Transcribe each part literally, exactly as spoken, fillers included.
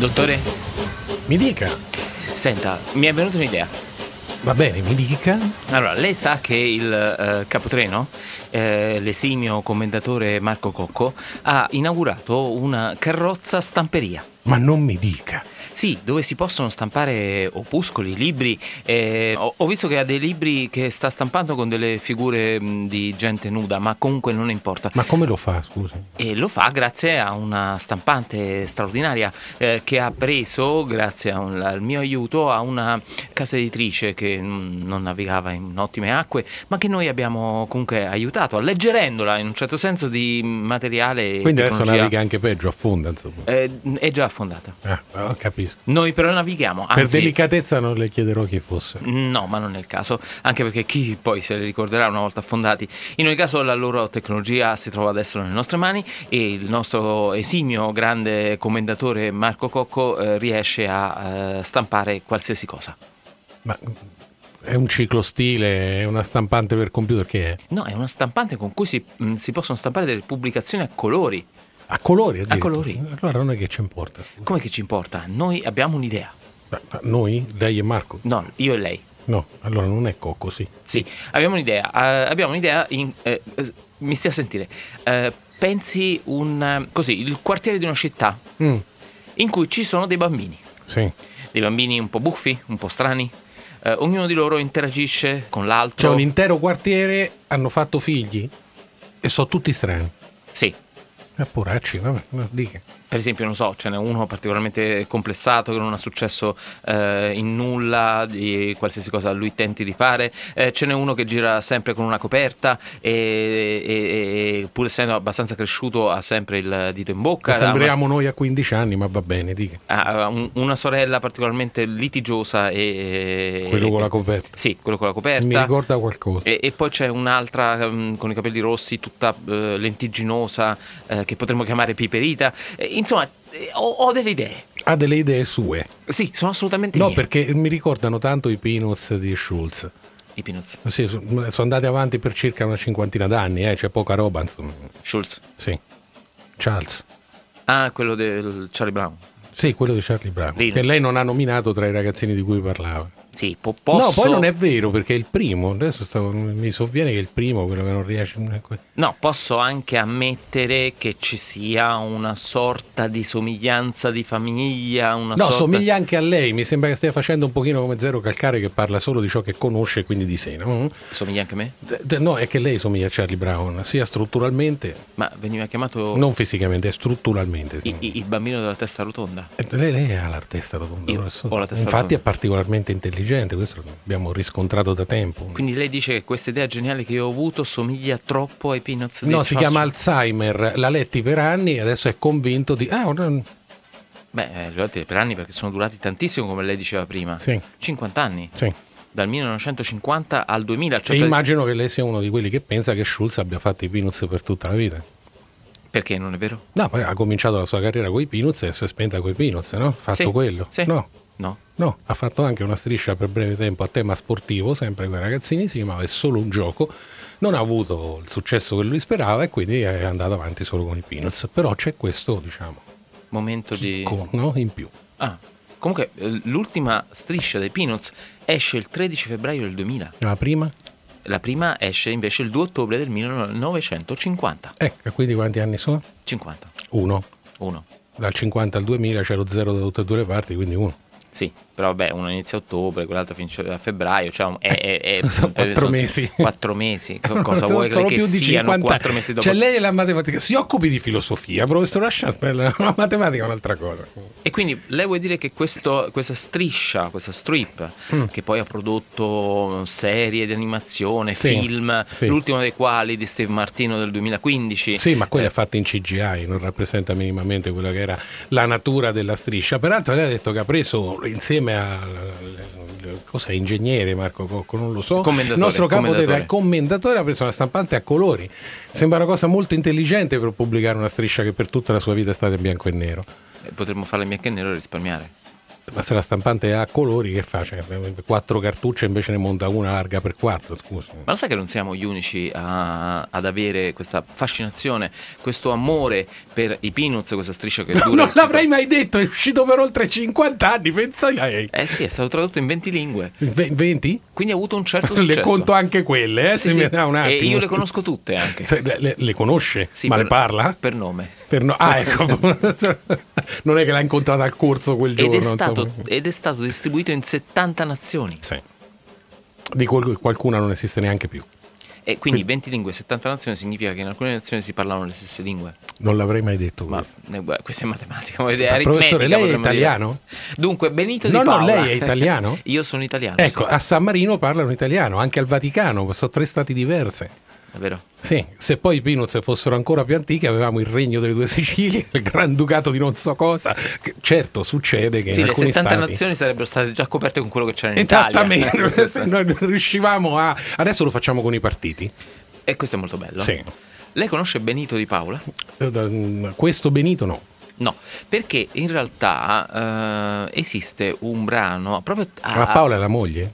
Dottore? Mi dica. Senta, mi è venuta un'idea. Va bene, mi dica. Allora, lei sa che il eh, capotreno, eh, l'esimio commendatore Marco Cocco, ha inaugurato una carrozza stamperia. Ma non mi dica. Sì, dove si possono stampare opuscoli, libri. Eh, ho, ho visto che ha dei libri che sta stampando con delle figure mh, di gente nuda, ma comunque non importa. Ma come lo fa, scusi? E lo fa grazie a una stampante straordinaria eh, che ha preso, grazie a un, al mio aiuto, a una casa editrice che mh, non navigava in ottime acque, ma che noi abbiamo comunque aiutato, alleggerendola in un certo senso di materiale. Quindi e adesso tecnologia. naviga anche peggio, affonda, insomma. Eh, è già affondata. Ah, ho capito. Noi però navighiamo, anzi, Per delicatezza non le chiederò chi fosse. no, ma non è il caso, anche perché chi poi se le ricorderà una volta affondati. In ogni caso la loro tecnologia si trova adesso nelle nostre mani e il nostro esimio grande commendatore Marco Cocco eh, riesce a eh, stampare qualsiasi cosa. Ma è un ciclostile, è una stampante per computer, che è? No, è una stampante con cui si, mh, si possono stampare delle pubblicazioni a colori. A colori? A colori. Allora non è che ci importa. Come che ci importa? Noi abbiamo un'idea. Beh, noi? Lei e Marco? No, io e lei. No, allora non è Cocco, sì. Sì, abbiamo un'idea. Uh, abbiamo un'idea in, eh, mi stia a sentire. Uh, pensi un così, il quartiere di una città Mm. in cui ci sono dei bambini. Sì. Dei bambini un po' buffi, un po' strani. Uh, ognuno di loro interagisce con l'altro. Cioè un intero quartiere hanno fatto figli e sono tutti strani. Sì. Eh, poracci, vabbè, no, dica. Per esempio, non so, ce n'è uno particolarmente complessato che non ha successo eh, in nulla di qualsiasi cosa lui tenti di fare, eh, ce n'è uno che gira sempre con una coperta e, e, e pur essendo abbastanza cresciuto ha sempre il dito in bocca. Sembriamo noi a quindici anni, ma va bene, dica. Ha un, una sorella particolarmente litigiosa e... Quello con la coperta. Sì, quello con la coperta. Mi ricorda qualcosa. E, e poi c'è un'altra um, con i capelli rossi, tutta uh, lentigginosa, uh, che potremmo chiamare Piperita. E, insomma, eh, ho, ho delle idee. Ha delle idee sue? Sì, sono assolutamente No, mie. perché mi ricordano tanto i Peanuts di Schulz. I Peanuts. Sì, so- sono andati avanti per circa una cinquantina d'anni, eh, c'è poca roba, insomma. Schulz. Sì. Charles. Ah, quello del Charlie Brown. Sì, quello di Charlie Brown. Linus. Che lei non ha nominato tra i ragazzini di cui parlava. Sì, po- posso... No, poi non è vero, perché è il primo. Adesso stavo- mi sovviene che è il primo, quello che non riesce. No, posso anche ammettere che ci sia una sorta di somiglianza di famiglia, una No, sorta... somiglia anche a lei. Mi sembra che stia facendo un pochino come Zero Calcare, che parla solo di ciò che conosce e quindi di sé, no? Somiglia anche a me? D- d- No, è che lei somiglia a Charlie Brown, sia strutturalmente, Ma veniva chiamato non fisicamente, è strutturalmente. Sì. i- i- il bambino della testa rotonda. Eh, Lei, lei ha la testa rotonda, Io professore. ho la testa Infatti rotonda. è particolarmente intelligente, questo l'abbiamo riscontrato da tempo. Quindi lei dice che questa idea geniale che io ho avuto somiglia troppo ai Peanuts di No, si Charles- chiama Alzheimer, l'ha letti per anni e adesso è convinto di... Ah, no, Beh, eh, li ho letti per anni perché sono durati tantissimo, come lei diceva prima. sì, cinquanta anni. sì. Dal millenovecentocinquanta al duemila. Cioè E per- immagino che lei sia uno di quelli che pensa che Schulz abbia fatto i Peanuts per tutta la vita. Perché non è vero? No, poi ha cominciato la sua carriera con i Peanuts e si è spenta con i Peanuts, no? Ha fatto Sì, quello. sì. No, No. no, ha fatto anche una striscia per breve tempo a tema sportivo, sempre con i ragazzini, si chiamava È solo un gioco. Non ha avuto il successo che lui sperava e quindi è andato avanti solo con i Peanuts. Però c'è questo, diciamo, Momento di... chicco, no? In più. Ah, comunque eh, l'ultima striscia dei Peanuts esce il tredici febbraio del duemila. La prima? La prima esce invece il due ottobre del millenovecentocinquanta. Ecco, quindi quanti anni sono? cinquanta. Uno. Uno. Dal cinquanta al duemila c'è lo zero da tutte e due le parti, quindi uno. Sì, però vabbè, uno inizia a ottobre, quell'altro finisce a febbraio, cioè un- è, è, è- Sono quattro sono mesi. Quattro mesi, Co- cosa Sono vuoi che più di siano cinquanta quattro mesi dopo? Cioè lei è la matematica, si occupi di filosofia, professor Asciat, la matematica è un'altra cosa. E quindi lei vuol dire che questo, questa striscia, questa strip, Mm. che poi ha prodotto serie di animazione, Sì, film, sì. l'ultimo dei quali di Steve Martino del duemilaquindici. Sì, ma quella Eh, è fatta in C G I, non rappresenta minimamente quella che era la natura della striscia. Peraltro lei ha detto che ha preso insieme a cos'è, ingegnere Marco Cocco, non lo so, il Commendatore, nostro capo commendatore. del commendatore ha preso una stampante a colori. Sembra una cosa molto intelligente per pubblicare una striscia che per tutta la sua vita è stata in bianco e nero. eh, Potremmo farla in bianco e nero e risparmiare. Ma se la stampante è a colori, che fa? Cioè, quattro cartucce invece ne monta una larga per quattro, scusa. Ma lo sai che non siamo gli unici a, ad avere questa fascinazione, questo amore per i Peanuts, questa striscia che No, dura... non l'avrei mai detto, è uscito per oltre cinquanta anni, pensa lei. Eh sì, è stato tradotto in venti lingue. V- venti? Quindi ha avuto un certo successo. Le conto anche quelle, eh, Sì, se sì. mi dà un attimo. E io le conosco tutte anche. Se- le, le conosce? Sì, Ma per- le parla? Per nome. Per no- ah, ecco. Non è che l'ha incontrata al corso quel Ed giorno. è, stato, insomma. ed è stato distribuito in settanta nazioni. Sì. Di quel- qualcuna non esiste neanche più. E quindi venti lingue e settanta nazioni significa che in alcune nazioni si parlano le stesse lingue. Non l'avrei mai detto Ma questo. eh, guarda, questa è matematica, vuol dire, Ma, aritmetica, professore, lei è potremmo dire. italiano? Dunque, Benito No, di no, Paola. lei è italiano? Io sono italiano. Ecco, sì. a San Marino parlano italiano, anche al Vaticano, sono tre stati diversi. È vero? Sì, se poi i Peanuts fossero ancora più antichi, avevamo il regno delle due Sicilie, il Granducato di non so cosa. Che, certo, succede che Sì, in le alcuni settanta stati... nazioni sarebbero state già coperte con quello che c'era in Esattamente, Italia. se noi non riuscivamo a... Adesso lo facciamo con i partiti. E questo è molto bello. Sì. Lei conosce Benito di Paola? Questo Benito no. No, perché in realtà eh, esiste un brano proprio a, Ma Paola è la moglie?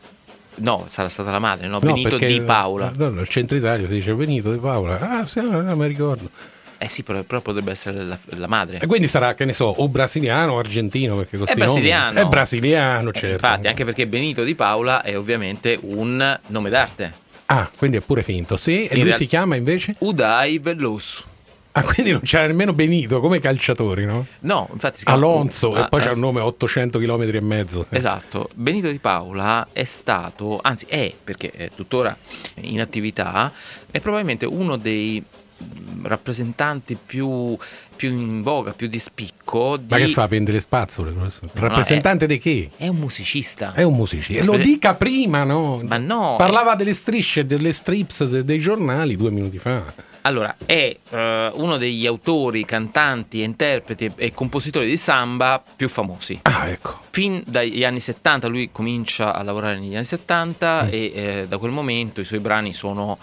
no, sarà stata la madre, no, No, Benito perché- di Paola. No, nel centro Italia si dice Benito di Paola. Ah, sì, no, no, mi ricordo. Eh sì, però, però potrebbe essere la, la madre. E quindi sarà, che ne so, o brasiliano o argentino, perché questi nomi- brasiliano. È brasiliano, Eh, certo. Infatti, anche perché Benito di Paola è ovviamente un nome d'arte. Ah, quindi è pure finto, sì. E In lui real- si chiama invece? Uday Veloso. Ah, quindi non c'era nemmeno Benito, come i calciatori, no? No, infatti si chiama Alonso, Ah, e poi eh, c'ha il nome a ottocento chilometri e mezzo. Esatto, Benito di Paola è stato, anzi è, perché è tuttora in attività, è probabilmente uno dei mh, rappresentanti più, più in voga, più di spicco di... Ma che fa? Vende le spazzole? professore? Rappresentante di che? È un musicista. È un musicista. Lo dica prima, no? Ma no, Parlava delle strisce, delle strips de- dei giornali due minuti fa. Allora, è eh, uno degli autori, cantanti, interpreti e, e compositori di samba più famosi. Ah, ecco. Fin dagli anni settanta, lui comincia a lavorare negli anni settanta e eh, da quel momento i suoi brani sono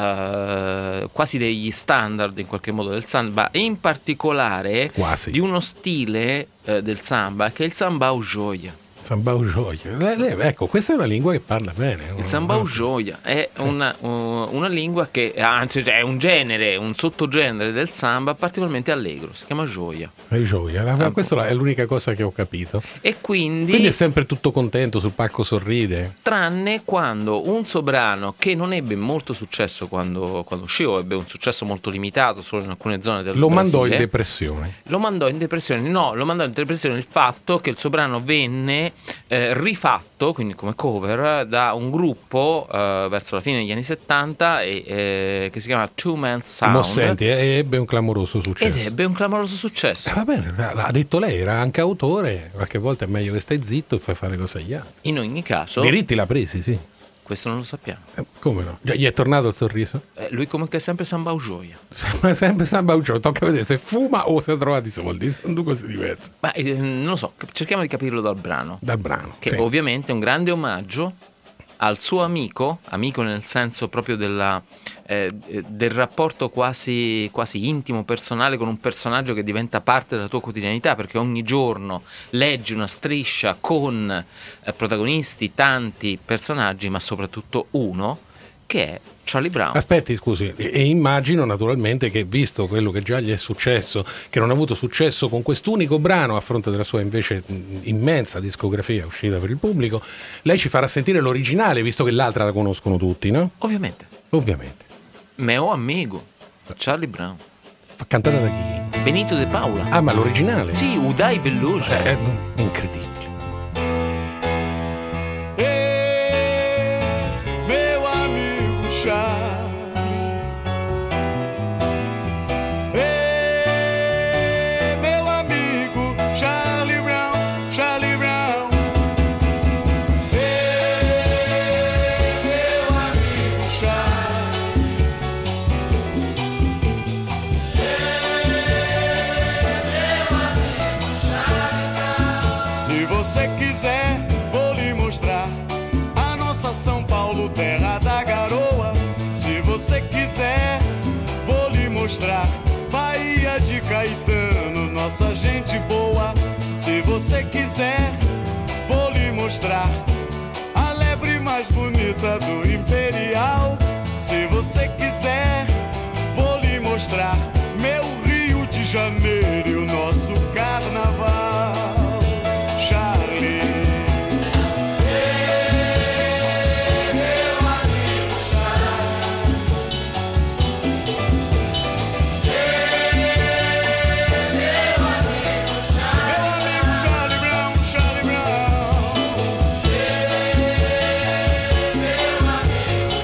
eh, quasi degli standard in qualche modo del samba e in particolare Quasi. di uno stile eh, del samba che è il sambao gioia. Sambao gioia. Eh, eh, Ecco, questa è una lingua che parla bene. Il sambao gioia è Sì. una, uh, una lingua che, anzi è un genere, un sottogenere del samba particolarmente allegro, si chiama gioia. È gioia. La- Ah, Questa è l'unica cosa che ho capito. E quindi, Quindi è sempre tutto contento, sul palco sorride. tranne quando un suo brano che non ebbe molto successo quando, quando uscì, o ebbe un successo molto limitato solo in alcune zone del Lo mandò in Brasile, depressione. lo mandò in depressione. No, lo mandò in depressione il fatto che il suo brano venne eh, rifatto, quindi come cover, da un gruppo eh, verso la fine degli anni settanta e, eh, che si chiama Two Man Sound. Mo senti, eh, ebbe un clamoroso successo. Ed ebbe un clamoroso successo. Eh, va bene, l'ha detto lei, era anche autore. Qualche volta è meglio che stai zitto e fai fare cose agli altri. In ogni caso, Diritti l'ha presi, sì. questo non lo sappiamo. Eh, come no? Già, gli è tornato il sorriso? Eh, lui comunque è sempre Sambao Gioia. Sembra sempre Samba Uccio, tocca vedere se fuma o se ha trovato i soldi, sono due cose diverse. Ma eh, non lo so, cerchiamo di capirlo dal brano. Dal brano. Che sì. ovviamente è un grande omaggio al suo amico, amico nel senso proprio della, eh, del rapporto quasi, quasi intimo, personale con un personaggio che diventa parte della tua quotidianità, perché ogni giorno leggi una striscia con eh, protagonisti, tanti personaggi, ma soprattutto uno che è Charlie Brown. Aspetti, scusi, e, e immagino naturalmente che, visto quello che già gli è successo, che non ha avuto successo con quest'unico brano a fronte della sua invece mh, immensa discografia uscita per il pubblico, lei ci farà sentire l'originale, visto che l'altra la conoscono tutti, no? Ovviamente. Ovviamente. Meo amigo, Charlie Brown. Fa cantata da chi? Benito de Paola. Ah, ma l'originale? Sì, Uday Veloso. Eh, eh, incredibile. Meu amigo Charlie, Ei, meu amigo Charlie Brown, Charlie Brown, Ei, meu amigo Charlie, se você quiser, vou lhe mostrar a nossa São Paulo, terra da garoa. Se você quiser, vou lhe mostrar Bahia de Caetano, nossa gente boa. Se Se você quiser, vou lhe mostrar a lebre mais bonita do Imperial. Se você quiser, vou lhe mostrar meu Rio de Janeiro e o nosso carnaval. Charlie, ei, meu amigo Charlie, ei, meu amigo Charlie, meu amigo Charlie Brown, Charlie Brown, ei, meu amigo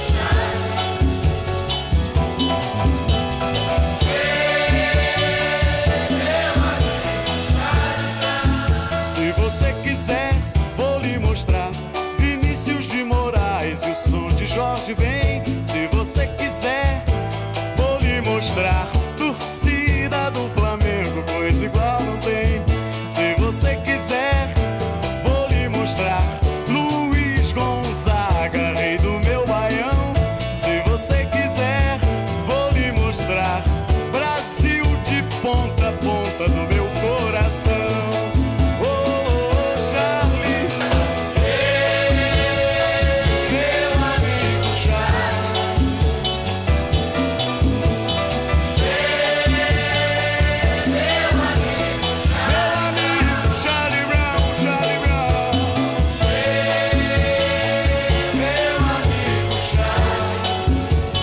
Charlie. Se você quiser, vou lhe mostrar Vinícius de Moraes e o som de Jorge Ben. Se você quiser, vou lhe mostrar torcida do Flamengo, pois igual não tem. Se você quiser, vou lhe mostrar Luiz Gonzaga, rei do meu baião. Se você quiser, vou lhe mostrar Brasil de ponta a ponta do meu coração. Oh, oh, oh, Charlie, ei, meu amigo Charlie, ei, meu amigo Charlie, meu amigo Charlie Brown, Charlie Brown, ei, meu amigo Charlie,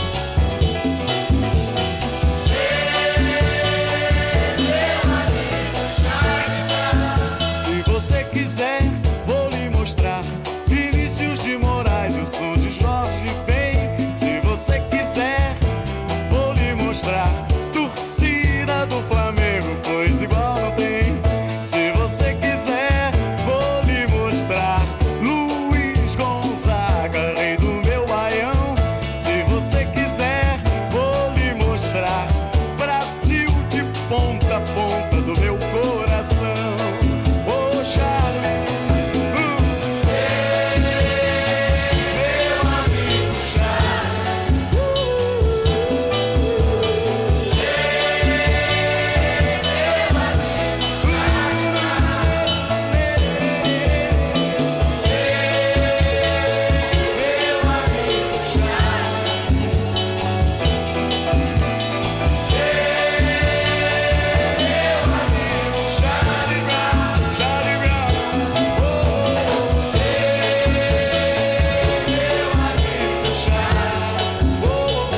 se você quiser, vou lhe mostrar Vinícius de Moraes e o som de Jorge Ben. Se você quiser, vou lhe mostrar torcida do Flamengo, pois igual não tem. Se você quiser, vou lhe mostrar Luiz Gonzaga, rei do meu baião. Se você quiser, vou lhe mostrar Brasil de ponta a ponta do meu coração. Oh, Charlie, uh, ei, meu amigo Charlie, uh, ei, meu amigo Charlie, ei, meu amigo Charlie, Charlie Brown, oh, ei, meu amigo Charlie, oh,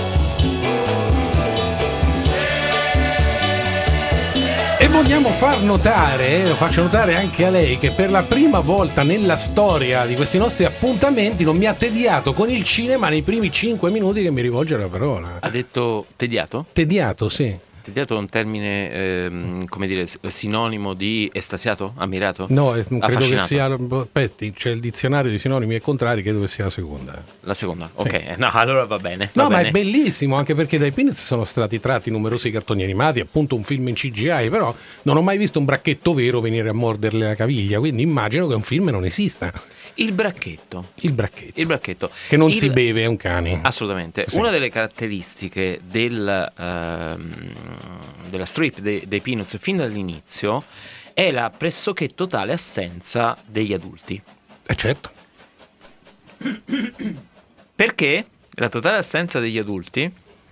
E vogliamo far notare, lo faccio notare anche a lei, che per la prima volta nella storia di questi nostri appuntamenti non mi ha tediato con il cinema nei primi cinque minuti che mi rivolge la parola. Ha detto tediato? Tediato, sì. Tediato è un termine, ehm, come dire, sinonimo di estasiato, ammirato? No, eh, credo che Affascinato? sia. Aspetti, c'è il dizionario di sinonimi e contrari, credo che sia la seconda. La seconda? Ok, no, allora va bene. No, va ma bene. è bellissimo, anche perché dai Peanuts sono stati tratti numerosi cartoni animati, appunto un film in C G I, però non ho mai visto un bracchetto vero venire a morderle la caviglia, quindi immagino che un film non esista. Il bracchetto. Il bracchetto. Il bracchetto. Che non Il- si beve, è un cane. Assolutamente. Sì. Una delle caratteristiche del, ehm, della strip dei, dei Peanuts fin dall'inizio è la pressoché totale assenza degli adulti. Eh certo. Perché la totale assenza degli adulti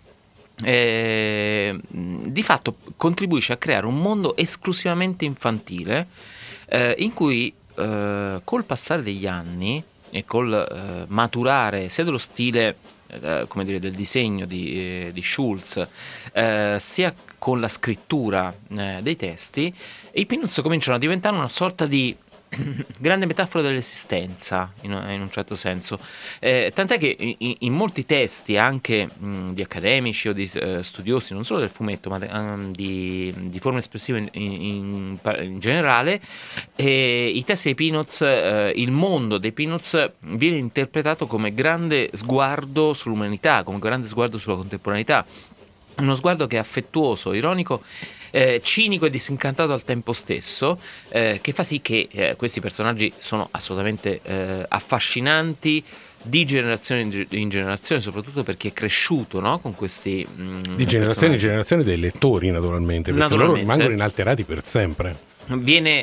eh, di fatto contribuisce a creare un mondo esclusivamente infantile eh, in cui eh, col passare degli anni e col eh, maturare sia dello stile eh, come dire del disegno di, eh, di Schulz eh, sia con la scrittura eh, dei testi, i Peanuts cominciano a diventare una sorta di grande metafora dell'esistenza in, in un certo senso, eh, tant'è che in, in molti testi anche mh, di accademici o di eh, studiosi non solo del fumetto ma de, um, di, di forme espressive in, in, in generale, eh, i testi dei Peanuts, eh, il mondo dei Peanuts viene interpretato come grande sguardo sull'umanità, come grande sguardo sulla contemporaneità, uno sguardo che è affettuoso, ironico, Eh, cinico e disincantato al tempo stesso, eh, che fa sì che eh, questi personaggi sono assolutamente eh, affascinanti di generazione in, ge- in generazione, soprattutto perché è cresciuto, no? Con questi mh, Di generazione in generazione dei lettori, naturalmente, perché Naturalmente. loro rimangono inalterati per sempre. Viene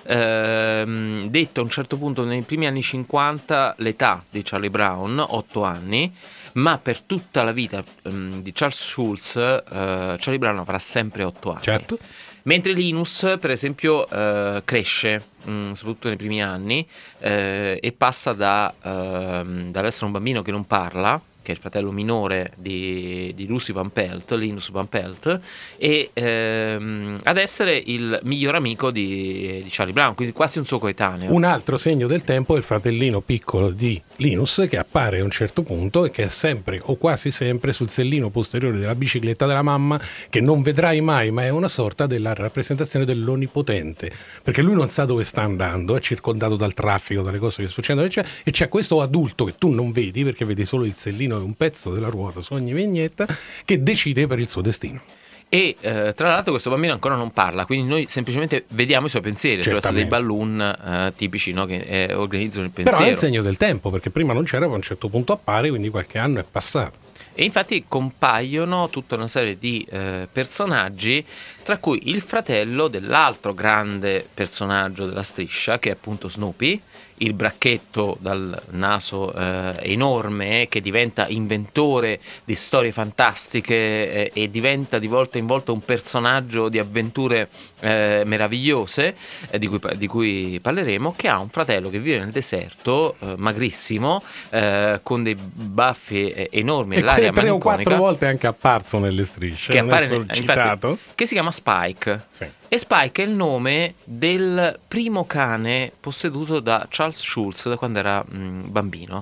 ehm, detto a un certo punto nei primi anni cinquanta l'età di Charlie Brown, otto anni, ma per tutta la vita um, di Charles Schulz, uh, Charlie Brown avrà sempre otto anni. Certo. Mentre Linus, per esempio, uh, cresce, mh, soprattutto nei primi anni, uh, e passa da, uh, dall'essere un bambino che non parla, che è il fratello minore di, di Lucy Van Pelt, Linus Van Pelt, e ehm, ad essere il miglior amico di, di Charlie Brown, quindi quasi un suo coetaneo. Un altro segno del tempo è il fratellino piccolo di Linus, che appare a un certo punto e che è sempre o quasi sempre sul sellino posteriore della bicicletta della mamma, che non vedrai mai, ma è una sorta della rappresentazione dell'onnipotente, perché lui non sa dove sta andando, è circondato dal traffico, dalle cose che succedono, e c'è questo adulto che tu non vedi perché vedi solo il sellino e un pezzo della ruota su ogni vignetta, che decide per il suo destino. E eh, tra l'altro questo bambino ancora non parla, quindi noi semplicemente vediamo i suoi pensieri, cioè dei balloon eh, tipici, no, che eh, organizzano il pensiero. Però è il segno del tempo, perché prima non c'era, ma a un certo punto appare, quindi qualche anno è passato. E infatti compaiono tutta una serie di eh, personaggi, tra cui il fratello dell'altro grande personaggio della striscia, che è appunto Snoopy, il bracchetto dal naso eh, enorme, che diventa inventore di storie fantastiche eh, e diventa di volta in volta un personaggio di avventure eh, meravigliose, eh, di, cui, di cui parleremo, che ha un fratello che vive nel deserto, eh, magrissimo, eh, con dei baffi eh, enormi e l'aria tre o quattro volte è anche apparso nelle strisce, che, non appare è solo nel, citato. Infatti, che si chiama Spike. Sì. E Spike è il nome del primo cane posseduto da Charles Schulz da quando era mh, bambino.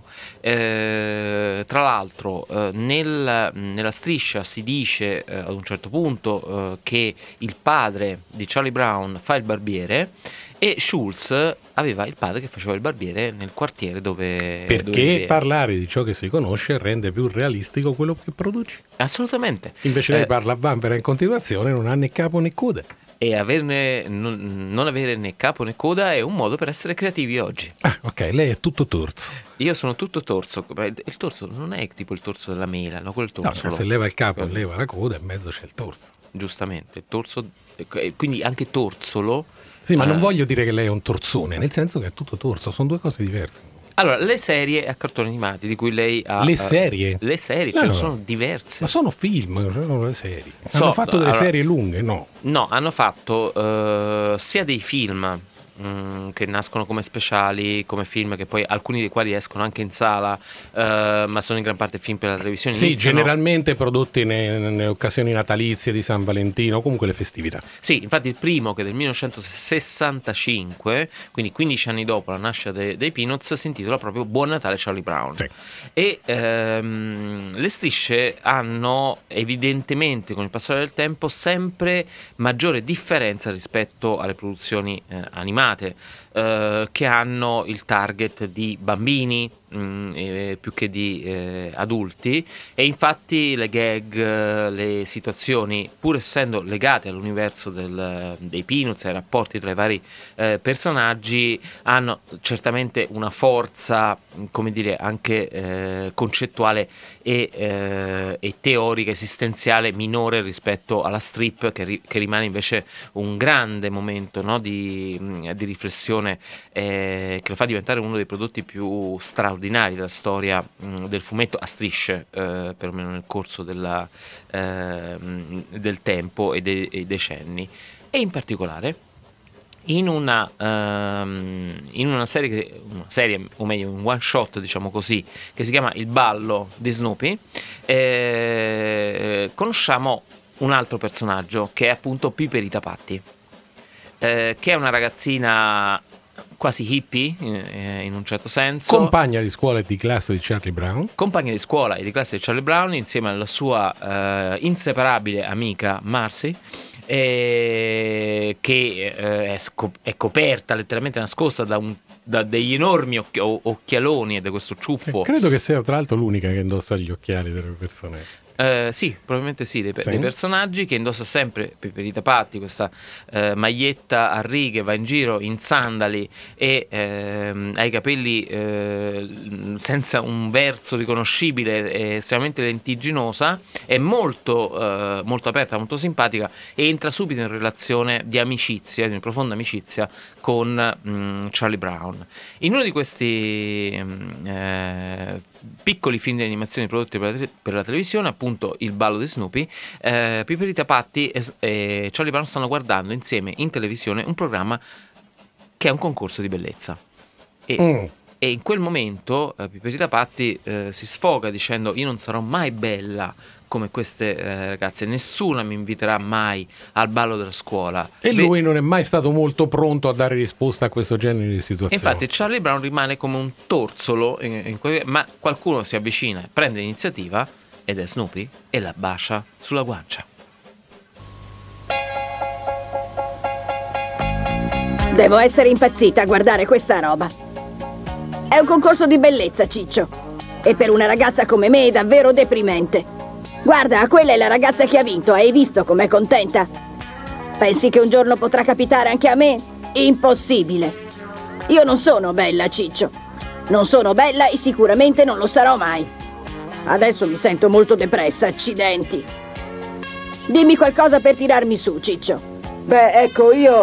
Eh, tra l'altro eh, nel, nella striscia si dice eh, ad un certo punto eh, che il padre di Charlie Brown fa il barbiere, e Schulz aveva il padre che faceva il barbiere nel quartiere dove... Perché dove parlare di ciò che si conosce rende più realistico quello che produci. Assolutamente. Invece lei Eh, parla a vanvera in continuazione, non ha né capo né coda. E averne, non, non avere né capo né coda è un modo per essere creativi oggi. Ah, ok, lei è tutto torso. Io sono tutto torso. Il, il torso non è tipo il torso della mela, no? Quello è il No, torso. se leva il capo e leva la coda, in mezzo c'è il torso. Giustamente, il torso, quindi anche torzolo. Sì, ma eh, non voglio dire che lei è un torzone, nel senso che è tutto torso, sono due cose diverse. Allora, le serie a cartoni animati di cui lei ha... Le serie? Uh, le serie, No, ce ne no, sono diverse. Ma sono film, sono le serie. So, Hanno fatto delle allora, serie lunghe? No. No, hanno fatto uh, sia dei film mh, che nascono come speciali, come film, che poi alcuni dei quali escono anche in sala, uh, ma sono in gran parte film per la televisione. Sì, Iniziano... generalmente prodotti nelle occasioni natalizie di San Valentino, comunque le festività. Sì, infatti il primo, che è del millenovecentosessantacinque, quindi quindici anni dopo la nascita de- dei Peanuts, si intitola proprio Buon Natale Charlie Brown. Sì. E ehm, le strisce hanno evidentemente con il passare del tempo sempre maggiore differenza rispetto alle produzioni eh, animate, eh, che hanno il target di bambini mh, eh, più che di eh, adulti, e infatti le gag, le situazioni, pur essendo legate all'universo del, dei Peanuts e ai rapporti tra i vari eh, personaggi, hanno certamente una forza, come dire, anche eh, concettuale e, eh, e teorica, esistenziale, minore rispetto alla strip, che, ri- che rimane invece un grande momento, no, di, di riflessione, eh, che lo fa diventare uno dei prodotti più straordinari della storia mh, del fumetto a strisce, eh, perlomeno nel corso della, eh, del tempo e dei, e decenni. E in particolare in una, um, in una serie, che, una serie, o meglio un one shot, diciamo così, che si chiama Il ballo di Snoopy, eh, conosciamo un altro personaggio, che è appunto Piperita Patti, eh, che è una ragazzina quasi hippie eh, in un certo senso, Compagna di scuola e di classe di Charlie Brown. compagna di scuola e di classe di Charlie Brown, insieme alla sua eh, inseparabile amica Marcy, eh, che eh, è, scop- è coperta, letteralmente nascosta da, un, da degli enormi occhi- occhialoni e da questo ciuffo. Credo che sia tra l'altro l'unica che indossa gli occhiali delle persone. Eh, sì, probabilmente sì dei, Sì. dei personaggi, che indossa sempre Piperita Patti, questa eh, maglietta a righe, va in giro in sandali e ehm, ha i capelli eh, senza un verso riconoscibile, è estremamente lentigginosa, è molto, eh, molto aperta, molto simpatica e entra subito in relazione di amicizia, di una profonda amicizia con mm, Charlie Brown. In uno di questi mm, eh, piccoli film di animazione prodotti per la, te- per la televisione, appunto Il ballo di Snoopy, eh, Piperita Patti e, e Charlie Brown stanno guardando insieme in televisione un programma che è un concorso di bellezza e, Mm. e in quel momento eh, Piperita Patti eh, si sfoga dicendo: io non sarò mai bella come queste eh, ragazze, nessuna mi inviterà mai al ballo della scuola. E Beh, lui non è mai stato molto pronto a dare risposta a questo genere di situazioni. infatti Charlie Brown rimane come un torzolo, in, in quel- ma qualcuno si avvicina, prende l'iniziativa ed è Snoopy e la bacia sulla guancia. Devo essere impazzita a guardare questa roba. È un concorso di bellezza, Ciccio. E per una ragazza come me è davvero deprimente. Guarda, quella è la ragazza che ha vinto, hai visto com'è contenta? Pensi che un giorno potrà capitare anche a me? Impossibile. Io non sono bella, Ciccio. Non sono bella e sicuramente non lo sarò mai. Adesso mi sento molto depressa, accidenti. Dimmi qualcosa per tirarmi su, Ciccio. Beh, ecco, io...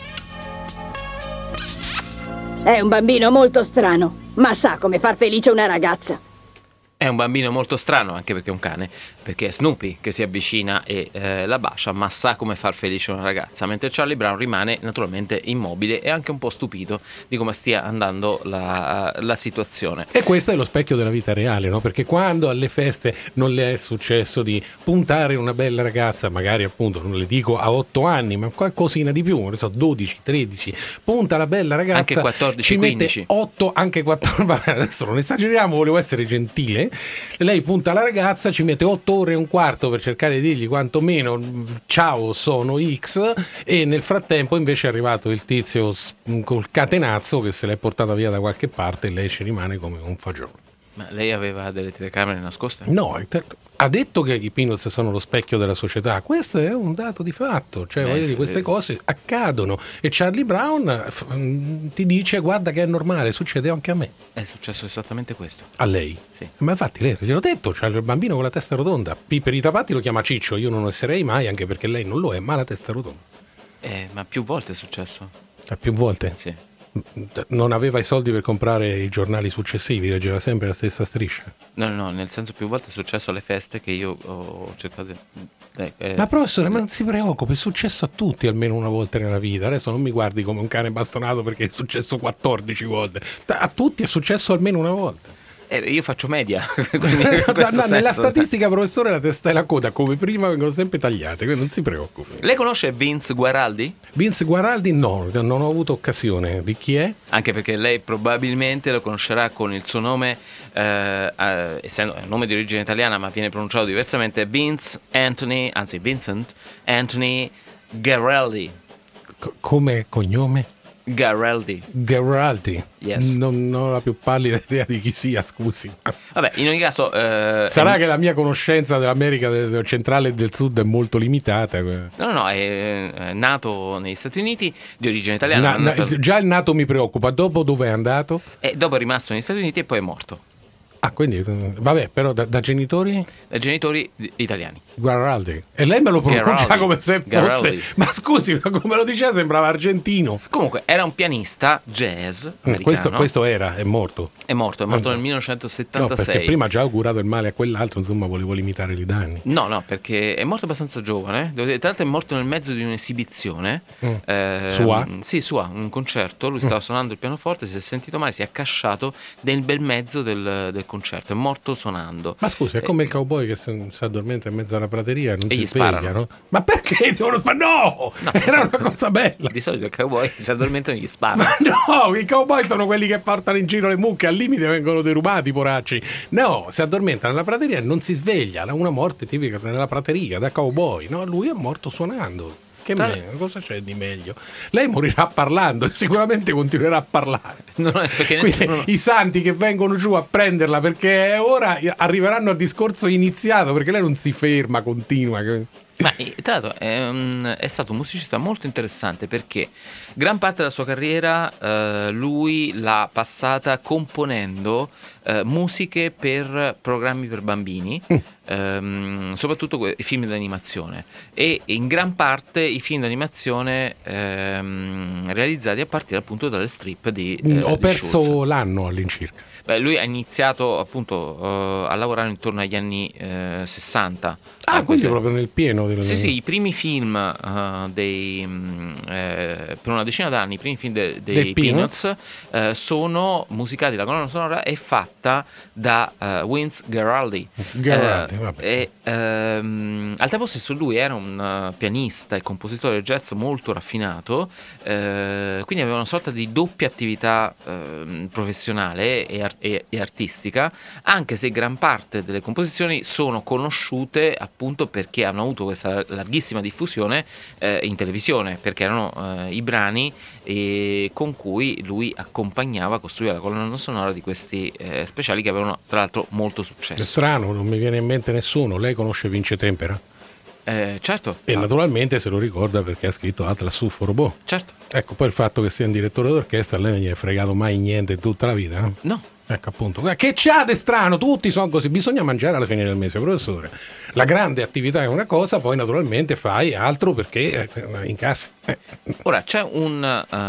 È un bambino molto strano, ma sa come far felice una ragazza. È un bambino molto strano, anche perché è un cane, perché è Snoopy che si avvicina e eh, la bacia, ma sa come far felice una ragazza, mentre Charlie Brown rimane naturalmente immobile e anche un po' stupito di come stia andando la, la situazione. E questo è lo specchio della vita reale, no? Perché quando alle feste non le è successo di puntare una bella ragazza, magari appunto, non le dico a otto anni, ma qualcosina di più, non so, dodici, tredici, punta la bella ragazza, Anche quattordici, ci mette quindici. otto, anche quattordici, vabbè, adesso non esageriamo, volevo essere gentile. Lei punta la ragazza, ci mette otto ore e un quarto per cercare di dirgli quantomeno ciao, sono X, e nel frattempo invece è arrivato il tizio s- col catenazzo che se l'è portata via da qualche parte e lei ci rimane come un fagiolo. Ma lei aveva delle telecamere nascoste? No, ha detto che i Peanuts sono lo specchio della società, questo è un dato di fatto, cioè Eh, voglio dire, sì, queste sì. cose accadono e Charlie Brown f- mh, ti dice guarda che è normale, succede anche a me, È successo esattamente questo. a lei. Sì. Ma infatti lei, gliel'ho detto, c'ha il bambino con la testa rotonda, Piperita Patti lo chiama Ciccio, io non lo esserei mai, anche perché lei non lo è, ma ha la testa rotonda. Eh, ma più volte è successo. Cioè, più volte. Sì. Non aveva i soldi per comprare i giornali successivi, leggeva sempre la stessa striscia. No, no, no, nel senso più volte è successo alle feste che io ho cercato di... eh, eh, Ma professore, ma non si preoccupi, è successo a tutti almeno una volta nella vita. Adesso non mi guardi come un cane bastonato perché è successo quattordici volte. A tutti è successo almeno una volta. eh, io faccio media. Quindi in No, questo no, nella senso- statistica, professore, la testa e la coda, come prima, vengono sempre tagliate, quindi non si preoccupi. Lei conosce Vince Guaraldi? Vince Guaraldi no, non ho avuto occasione. Di chi è? Anche perché lei probabilmente lo conoscerà con il suo nome, eh, eh, essendo è un nome di origine italiana ma viene pronunciato diversamente, Vince Anthony, anzi Vincent Anthony Guaraldi. C- come cognome? Guaraldi. Guaraldi. Yes. Non, non ho la più pallida idea di chi sia, scusi. Vabbè, in ogni caso... eh, Sarà è- che la mia conoscenza dell'America del- del centrale e del sud è molto limitata. No, no, no, è, è nato negli Stati Uniti, di origine italiana. Na- ma- na- già il nato mi preoccupa, dopo dove è andato? e dopo è rimasto negli Stati Uniti e poi è morto. Ah, quindi, eh, vabbè, però da, da genitori Da genitori di- italiani. Guaraldi. E lei me lo pronuncia Guaraldi. come se fosse... Guaraldi. Ma scusi, ma come lo diceva sembrava argentino. Comunque, era un pianista jazz Mm, americano. Questo, questo era, è morto. È morto, è morto nel No, millenovecentosettantasei. perché prima ha già augurato il male a quell'altro, insomma, volevo limitare i danni. No, no, perché è morto abbastanza giovane. Devo dire, tra l'altro è morto nel mezzo di un'esibizione. Mm. eh, Sua? Sì, sua, un concerto. Lui stava suonando il pianoforte, si è sentito male, si è accasciato nel bel mezzo del, del concerto. È morto suonando. Ma scusi, è come il cowboy che si, si addormenta in mezzo alla prateria e non E si gli sveglia, sparano. no? Ma perché devono sparare? No! No, Era una cosa bella. Di solito i cowboy si addormentano e gli sparano. Ma no, i cowboy sono quelli che portano in giro le mucche, al limite vengono derubati, poracci. No, si addormenta nella prateria e non si sveglia. Una morte tipica nella prateria, da cowboy. No, lui è morto suonando. Che Tra- meglio? Cosa c'è di meglio? Lei morirà parlando e sicuramente continuerà a parlare. Non è perché Quindi nessuno... i santi che vengono giù a prenderla, perché ora arriveranno a discorso iniziato, perché lei non si ferma, continua. Ma eh, tra l'altro è, un- è stato un musicista molto interessante, perché gran parte della sua carriera eh, lui l'ha passata componendo eh, musiche per programmi per bambini, ehm, soprattutto que- i film d'animazione, e in gran parte i film d'animazione ehm, realizzati a partire appunto dalle strip di eh, Ho di perso Schulz. l'anno all'incirca. Beh, lui ha iniziato appunto eh, a lavorare intorno agli anni eh, sessanta. Ah, Eh, quindi questo- proprio nel pieno del... Sì, sì, i primi film eh, dei mh, eh, per una decina d'anni, i primi film de- dei, Dei Peanuts. Peanuts eh, sono musicati, la colonna sonora è fatta da eh, Vince Guaraldi. Guaraldi, Eh, vabbè. e, ehm, al tempo stesso lui era un eh, pianista e compositore jazz molto raffinato, eh, quindi aveva una sorta di doppia attività ehm, professionale e, ar- e- e artistica, anche se gran parte delle composizioni sono conosciute appunto perché hanno avuto questa larghissima diffusione eh, in televisione, perché erano eh, i brani eh, con cui lui accompagnava, costruiva la colonna sonora di questi eh, speciali che avevano tra l'altro molto È successo. strano, non mi viene in mente nessuno. Lei conosce Vince Tempera? Eh, certo, E ah, naturalmente se lo ricorda perché ha scritto Atlas su Robot. certo, Ecco, poi il fatto che sia un direttore d'orchestra, a lei non gli è fregato mai niente tutta la vita, no? no. Ecco appunto, che c'ha di strano? Tutti sono così, bisogna mangiare alla fine del mese, professore. La grande attività è una cosa, poi naturalmente fai altro perché eh, incassi. Eh. Ora c'è un,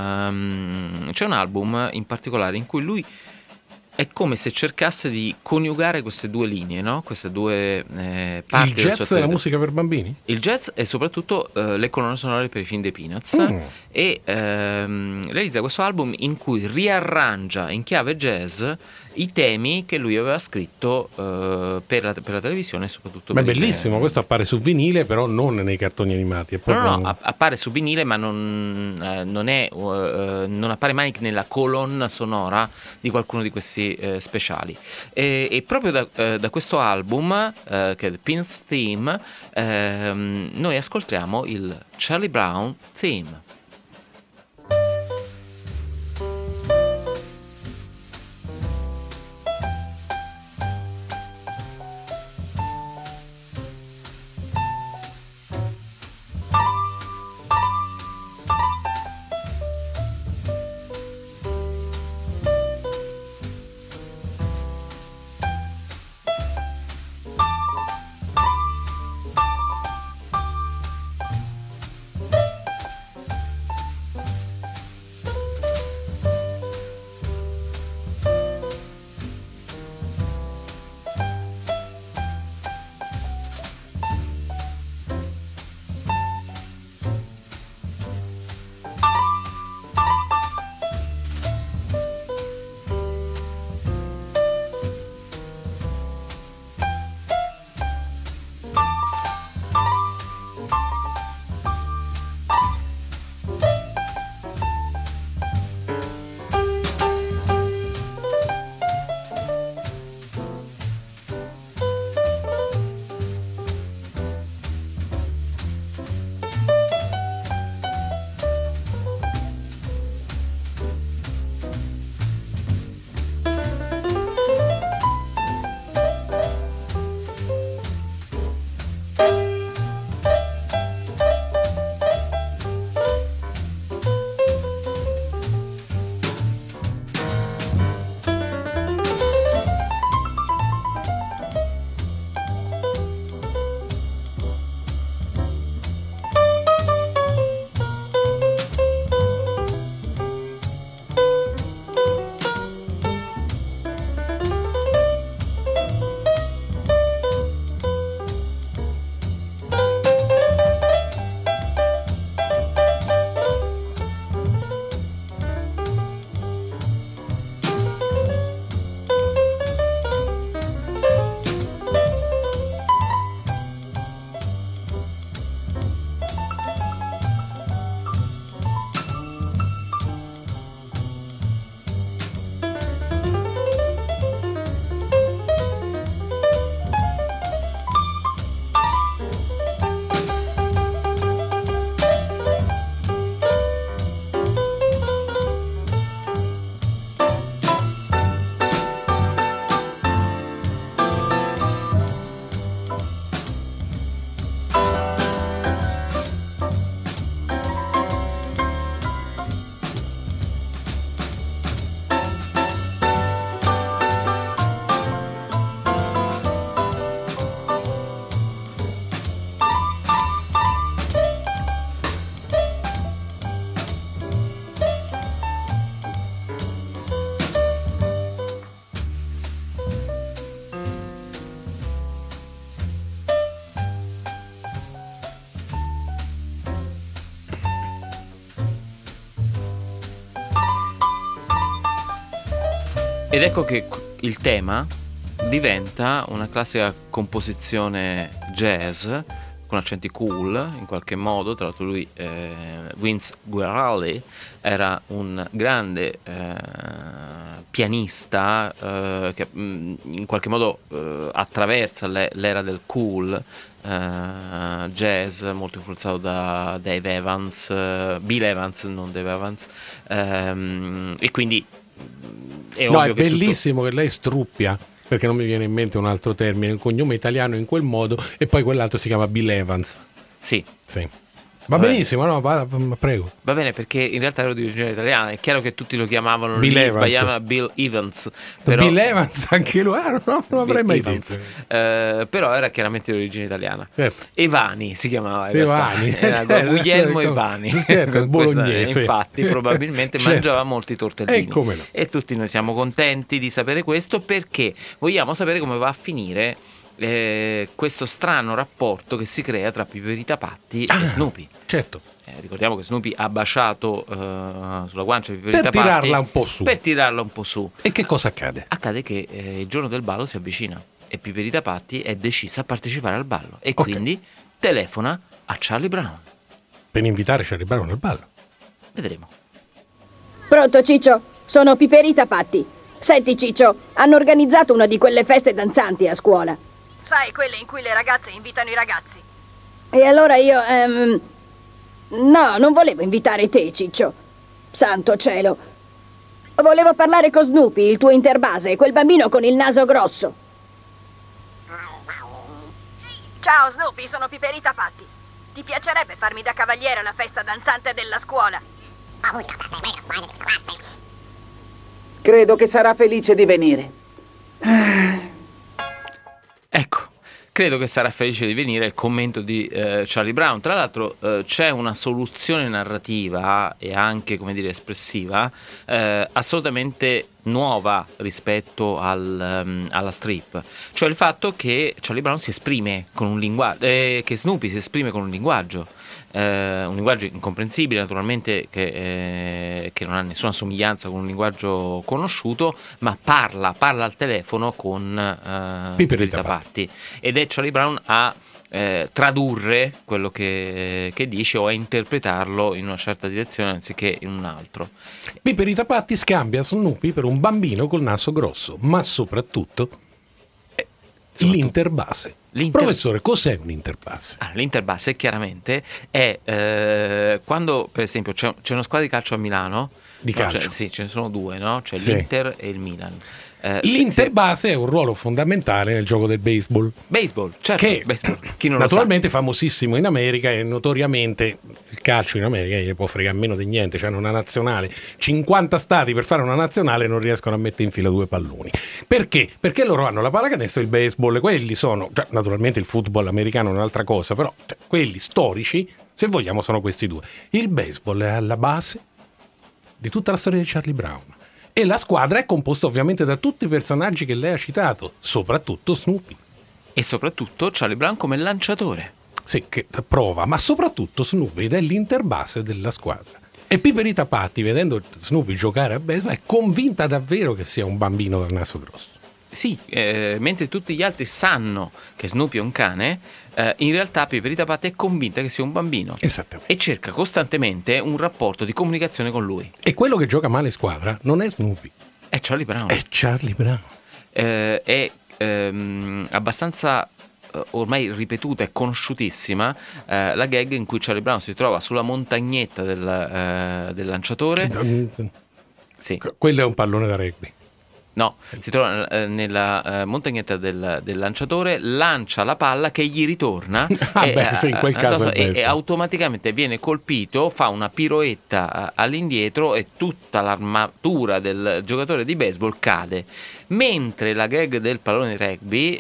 ehm, c'è un album in particolare in cui lui è come se cercasse di coniugare queste due linee, no? Queste due eh, parti Il del suo jazz e la attività. musica per bambini? Il jazz e soprattutto eh, le colonne sonore per i film dei Peanuts, Mm. e ehm, realizza questo album in cui riarrangia in chiave jazz i temi che lui aveva scritto eh, per, la, per la televisione e soprattutto Ma è per il- bellissimo, questo appare su vinile, però non nei cartoni animati. È No, proprio... no, no, app- appare su vinile, ma non, eh, non, è, eh, non appare mai nella colonna sonora di qualcuno di questi eh, speciali. E, e proprio da, eh, da questo album, eh, che è il Peanuts Theme, ehm, noi ascoltiamo il Charlie Brown Theme. Ed ecco che il tema diventa una classica composizione jazz con accenti cool in qualche modo. Tra l'altro lui, eh, Vince Guaraldi, era un grande eh, pianista eh, che mh, in qualche modo eh, attraversa le, l'era del cool eh, jazz, molto influenzato da Dave Evans, eh, Bill Evans, non Dave Evans, ehm, e quindi è no, ovvio è che bellissimo tutto... che lei struppia, perché non mi viene in mente un altro termine, un cognome italiano in quel modo, e poi quell'altro si chiama Bill Evans. Sì. Sì. Va Vabbè. benissimo, no, va, prego. Va bene, perché in realtà ero di origine italiana. È chiaro che tutti lo chiamavano Bill lì, Evans. sbagliava Bill Evans. Però... Bill Evans, anche lui, ah, no, non avrei mai Evans. detto. Eh, però era chiaramente di origine italiana. Certo. Evani si chiamava in Evani, realtà. Era certo, Guglielmo certo, Evani. certo, il Questa- bolognese. infatti probabilmente Certo. mangiava molti tortellini. E come no. E tutti noi siamo contenti di sapere questo, perché vogliamo sapere come va a finire eh, questo strano rapporto che si crea tra Piperita Patti Ah, e Snoopy. Certo. Eh, ricordiamo che Snoopy ha baciato eh, sulla guancia di Piperita Per Patti tirarla un po' su. per tirarla un po' su. E che cosa accade? Accade che eh, il giorno del ballo si avvicina e Piperita Patti è decisa a partecipare al ballo e Ok. quindi telefona a Charlie Brown. Per invitare Charlie Brown al ballo. Vedremo. Pronto, Ciccio? Sono Piperita Patti. Senti, Ciccio, hanno organizzato una di quelle feste danzanti a scuola. Sai, quelle in cui le ragazze invitano i ragazzi. E allora io, ehm... no, non volevo invitare te, Ciccio. Santo cielo. Volevo parlare con Snoopy, il tuo interbase, quel bambino con il naso grosso. Ciao, Snoopy, sono Piperita Patti. Ti piacerebbe farmi da cavaliere alla festa danzante della scuola? Credo che sarà felice di venire. Ecco, credo che sarà felice di venire il commento di eh, Charlie Brown. Tra l'altro eh, c'è una soluzione narrativa e anche, come dire, espressiva eh, assolutamente nuova rispetto al, um, alla strip, cioè il fatto che Charlie Brown si esprime con un linguaggio, eh, che Snoopy si esprime con un linguaggio. Eh, un linguaggio incomprensibile naturalmente, che, eh, che non ha nessuna somiglianza con un linguaggio conosciuto, ma parla, parla al telefono con eh, Piperita Patti, ed è Charlie Brown a eh, tradurre quello che, che dice o a interpretarlo in una certa direzione anziché in un altro. Piperita Patti scambia Snoopy per un bambino col naso grosso, ma soprattutto, eh, l'interbase. L'inter- Professore, cos'è un interbase? Ah, l'interbase chiaramente è eh, quando, per esempio, c'è, c'è una squadra di calcio a Milano. Di no, calcio? C'è, sì, ce ne sono due, no? C'è Sì. l'Inter e il Milan. Eh, L'interbase è un ruolo fondamentale nel gioco del baseball. Baseball, certo. Che baseball. Chi non naturalmente famosissimo in America, e notoriamente il calcio in America gli può fregare meno di niente. C'hanno una nazionale, cinquanta stati per fare una nazionale non riescono a mettere in fila due palloni. Perché? Perché loro hanno la pallacanestro e il baseball. Quelli sono, cioè, naturalmente il football americano è un'altra cosa, però cioè, quelli storici, se vogliamo, sono questi due. Il baseball è alla base di tutta la storia di Charlie Brown. E la squadra è composta ovviamente da tutti i personaggi che lei ha citato, soprattutto Snoopy. E soprattutto Charlie Brown come lanciatore. Sì, che prova, ma soprattutto Snoopy ed è l'interbase della squadra. E Piperita Patti, vedendo Snoopy giocare a baseball, è convinta davvero che sia un bambino dal naso grosso. Sì, eh, mentre tutti gli altri sanno che Snoopy è un cane, eh, in realtà Piperita Patti è convinta che sia un bambino. Esattamente. E cerca costantemente un rapporto di comunicazione con lui. E quello che gioca male in squadra non è Snoopy, È Charlie Brown. è Charlie Brown. Eh, è ehm, abbastanza eh, ormai ripetuta e conosciutissima eh, la gag in cui Charlie Brown si trova sulla montagnetta del, eh, del lanciatore. Sì. Quello è un pallone da rugby. No, si trova eh, nella eh, montagnetta del, del lanciatore, lancia la palla che gli ritorna Ah, e, beh, sì, in quel eh, caso è e, questo. e automaticamente viene colpito, fa una piroetta eh, all'indietro e tutta l'armatura del giocatore di baseball cade. Mentre la gag del pallone rugby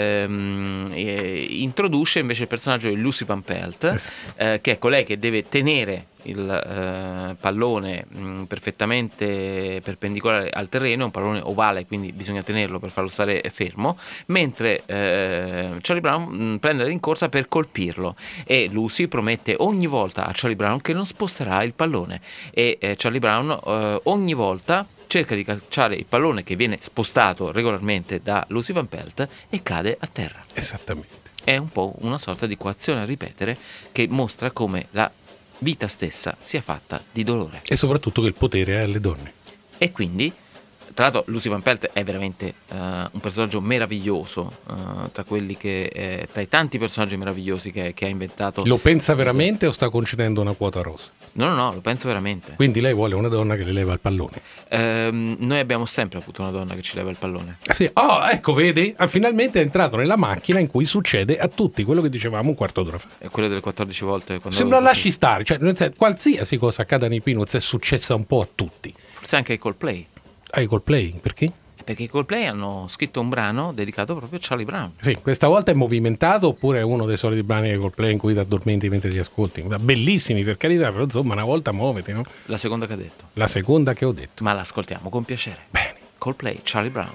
ehm, eh, introduce invece il personaggio di Lucy Van Pelt, Esatto. eh, che è colei che deve tenere il eh, pallone mh, perfettamente perpendicolare al terreno, è un pallone ovale, quindi bisogna tenerlo per farlo stare fermo, mentre eh, Charlie Brown mh, prende la rincorsa per colpirlo e Lucy promette ogni volta a Charlie Brown che non sposterà il pallone e eh, Charlie Brown eh, ogni volta cerca di calciare il pallone che viene spostato regolarmente da Lucy Van Pelt e cade a terra. Esattamente. È un po' una sorta di coazione a ripetere che mostra come la vita stessa sia fatta di dolore. E soprattutto che il potere è alle donne. E quindi, tra l'altro, Lucy Van Pelt è veramente uh, un personaggio meraviglioso, uh, tra quelli che eh, tra i tanti personaggi meravigliosi che, che ha inventato. Lo pensa veramente o sta concedendo una quota rosa? No, no, no, lo penso veramente. Quindi lei vuole una donna che le leva il pallone. Ehm, noi abbiamo sempre avuto una donna che ci leva il pallone. Ah, sì. Oh, ecco, vedi? Ah, finalmente è entrato nella macchina in cui succede a tutti quello che dicevamo un quarto d'ora fa. È quello delle quattordici volte. Quando Sembra lasci stare, cioè nel senso, qualsiasi cosa accada nei Peanuts è successa un po' a tutti. Forse anche ai Coldplay. Ai Coldplay, perché? Perché i Coldplay hanno scritto un brano dedicato proprio a Charlie Brown. Sì, questa volta è movimentato oppure è uno dei soliti brani dei Coldplay in cui ti addormenti mentre li ascolti? Bellissimi per carità, però insomma una volta muoviti, no? La seconda che ha detto. La seconda che ho detto. Ma l'ascoltiamo con piacere. Bene. Coldplay, Charlie Brown.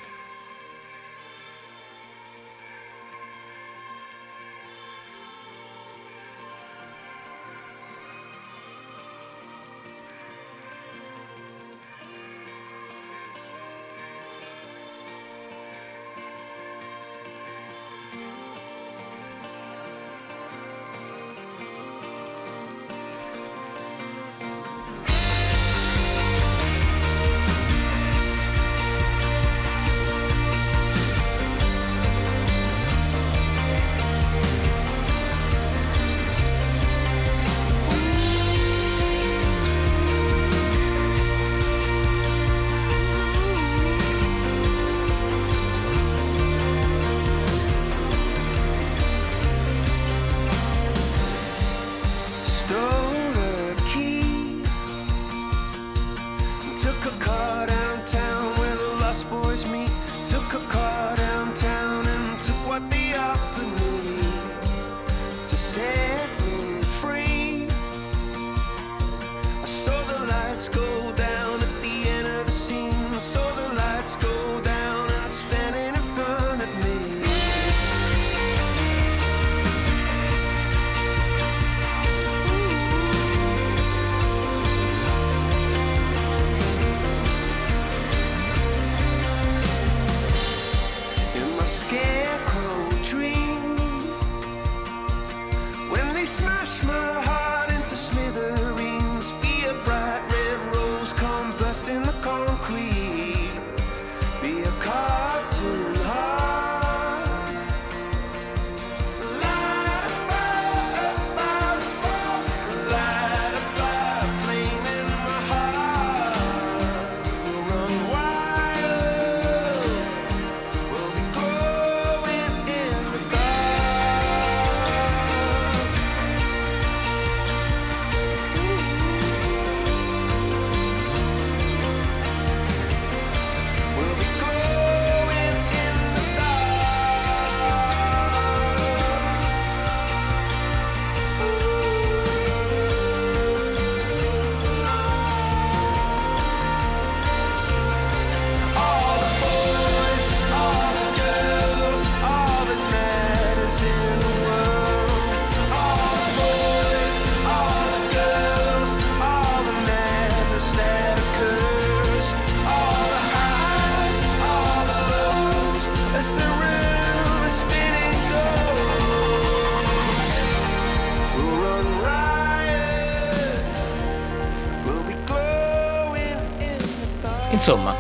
Insomma,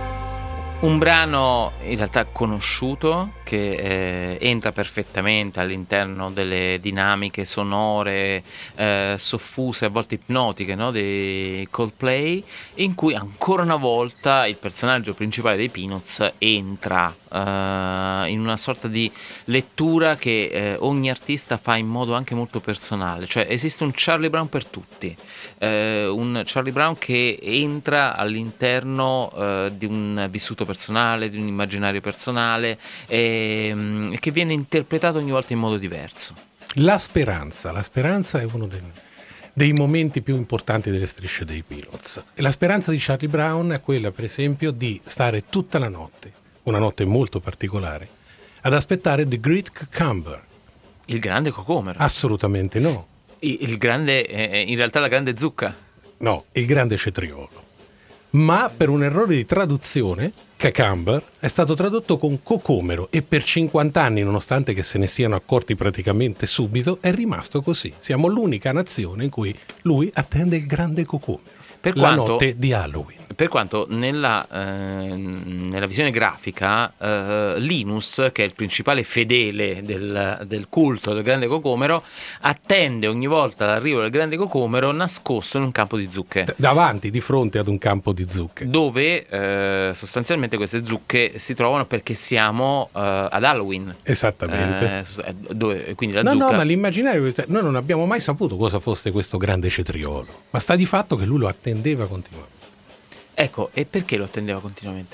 un brano in realtà conosciuto che eh, entra perfettamente all'interno delle dinamiche sonore eh, soffuse, a volte ipnotiche, no? dei Coldplay, in cui ancora una volta il personaggio principale dei Peanuts entra eh, in una sorta di lettura che eh, ogni artista fa in modo anche molto personale, cioè esiste un Charlie Brown per tutti, eh, un Charlie Brown che entra all'interno eh, di un vissuto personale, di un immaginario personale e, e che viene interpretato ogni volta in modo diverso. La speranza, la speranza è uno dei, dei momenti più importanti delle strisce dei Peanuts. E la speranza di Charlie Brown è quella, per esempio, di stare tutta la notte, una notte molto particolare, ad aspettare The Great Cucumber. Il grande cocomero. Assolutamente no. Il, il grande, eh, in realtà la grande zucca. No, il grande cetriolo. ma per un errore di traduzione cucumber è stato tradotto con cocomero e per cinquanta anni, nonostante che se ne siano accorti praticamente subito, è rimasto così. Siamo l'unica nazione in cui lui attende il grande cocomero. Per la quanto, notte di Halloween. Per quanto nella, eh, nella visione grafica eh, Linus, che è il principale fedele del, del culto del grande cocomero, attende ogni volta l'arrivo del grande cocomero nascosto in un campo di zucche. D- davanti, di fronte ad un campo di zucche. Dove eh, sostanzialmente queste zucche si trovano perché siamo eh, ad Halloween. Esattamente. Eh, dove, quindi la no, zucca... no, ma l'immaginario... Noi non abbiamo mai saputo cosa fosse questo grande cetriolo. Ma sta di fatto che lui lo attendeva continuamente. Ecco, e perché lo attendeva continuamente?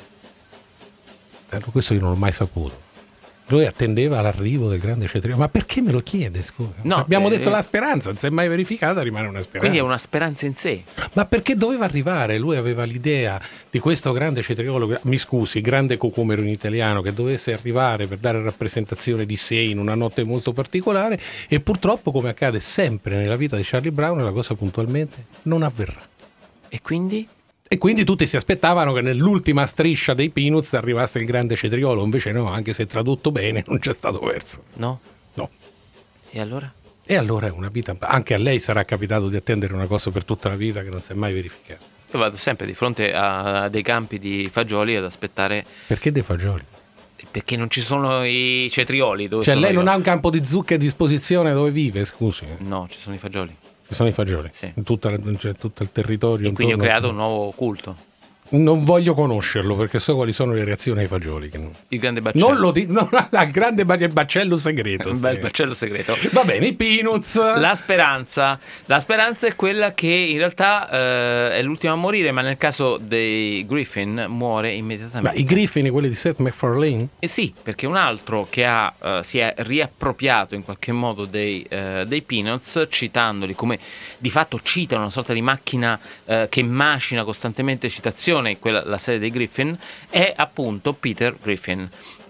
Eh, questo io non l'ho mai saputo. Lui attendeva l'arrivo del grande cetriolo. Ma perché me lo chiede, scusa? No, abbiamo eh, detto la speranza, non si è mai verificata, rimane una speranza. Quindi è una speranza in sé. Ma perché doveva arrivare? Lui aveva l'idea di questo grande cetriolo, mi scusi, grande cocomero in italiano, che dovesse arrivare per dare rappresentazione di sé in una notte molto particolare, e purtroppo, come accade sempre nella vita di Charlie Brown, la cosa puntualmente non avverrà. E quindi? E quindi tutti si aspettavano che nell'ultima striscia dei Peanuts arrivasse il grande cetriolo, invece no, anche se tradotto bene non c'è stato verso. No? No. E allora? E allora è una vita, anche a lei sarà capitato di attendere una cosa per tutta la vita che non si è mai verificata. Io vado sempre di fronte a dei campi di fagioli ad aspettare... Perché dei fagioli? Perché non ci sono i cetrioli. Dove cioè sono lei io. non ha un campo di zucche a disposizione dove vive, scusi? No, ci sono i fagioli. Ci sono i fagioli? Sì. In tutta, cioè, tutto il territorio. E quindi ho creato a... un nuovo culto. Non voglio conoscerlo perché so quali sono le reazioni ai fagioli. Che non... Il grande baccello. Non lo dico, no, il grande baccello segreto. Il bel baccello segreto. Va bene, i Peanuts. La speranza. La speranza è quella che in realtà eh, è l'ultima a morire, ma nel caso dei Griffin muore immediatamente. Ma i Griffin, quelli di Seth MacFarlane? Eh sì, perché un altro che ha, uh, si è riappropriato in qualche modo dei, uh, dei Peanuts, citandoli come di fatto cita una sorta di macchina uh, che macina costantemente citazioni, quella, la serie dei Griffin, è appunto Peter Griffin,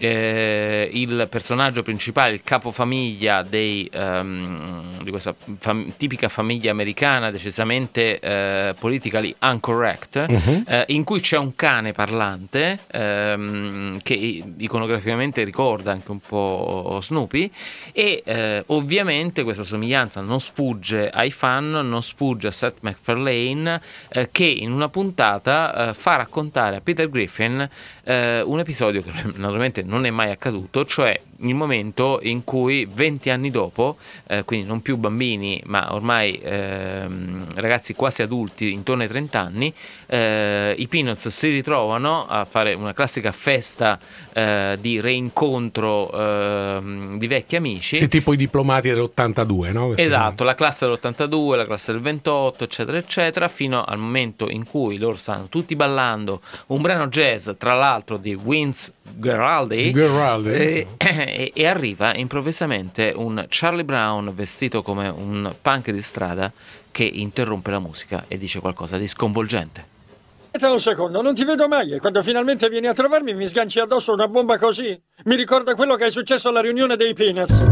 eh, il personaggio principale, il capofamiglia dei, um, di questa fam- tipica famiglia americana decisamente eh, politically incorrect, uh-huh. eh, in cui c'è un cane parlante ehm, che iconograficamente ricorda anche un po' Snoopy, e eh, ovviamente questa somiglianza non sfugge ai fan, non sfugge a Seth MacFarlane, eh, che in una puntata eh, fa raccontare a Peter Griffin eh, un episodio che naturalmente non è mai accaduto, cioè il momento in cui venti anni dopo, eh, quindi non più bambini ma ormai ehm, ragazzi quasi adulti intorno ai trenta anni, eh, i Peanuts si ritrovano a fare una classica festa eh, di reincontro eh, di vecchi amici. Sì, tipo i diplomati dell'ottantadue, no? Questi esatto, la classe dell'ottantadue, la classe del ventotto, eccetera eccetera, fino al momento in cui loro stanno tutti ballando un brano jazz, tra l'altro di Vince Guaraldi, Guaraldi. E, e, e arriva improvvisamente un Charlie Brown vestito come un punk di strada che interrompe la musica e dice qualcosa di sconvolgente. Aspetta un secondo, non ti vedo mai e quando finalmente vieni a trovarmi mi sganci addosso una bomba così? Mi ricorda quello che è successo alla riunione dei Peanuts.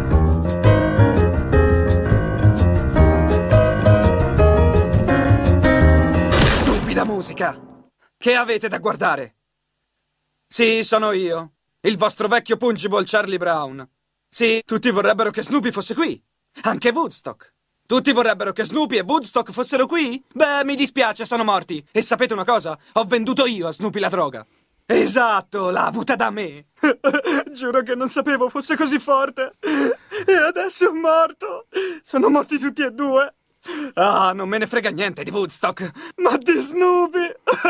Stupida musica! Che avete da guardare? Sì, sono io, il vostro vecchio pungible Charlie Brown. Sì, tutti vorrebbero che Snoopy fosse qui. Anche Woodstock. Tutti vorrebbero che Snoopy e Woodstock fossero qui? Beh, mi dispiace, sono morti. E sapete una cosa? Ho venduto io a Snoopy la droga. Esatto, l'ha avuta da me. Giuro che non sapevo fosse così forte. E adesso è morto. Sono morti tutti e due. Ah, non me ne frega niente di Woodstock, ma di Snoopy.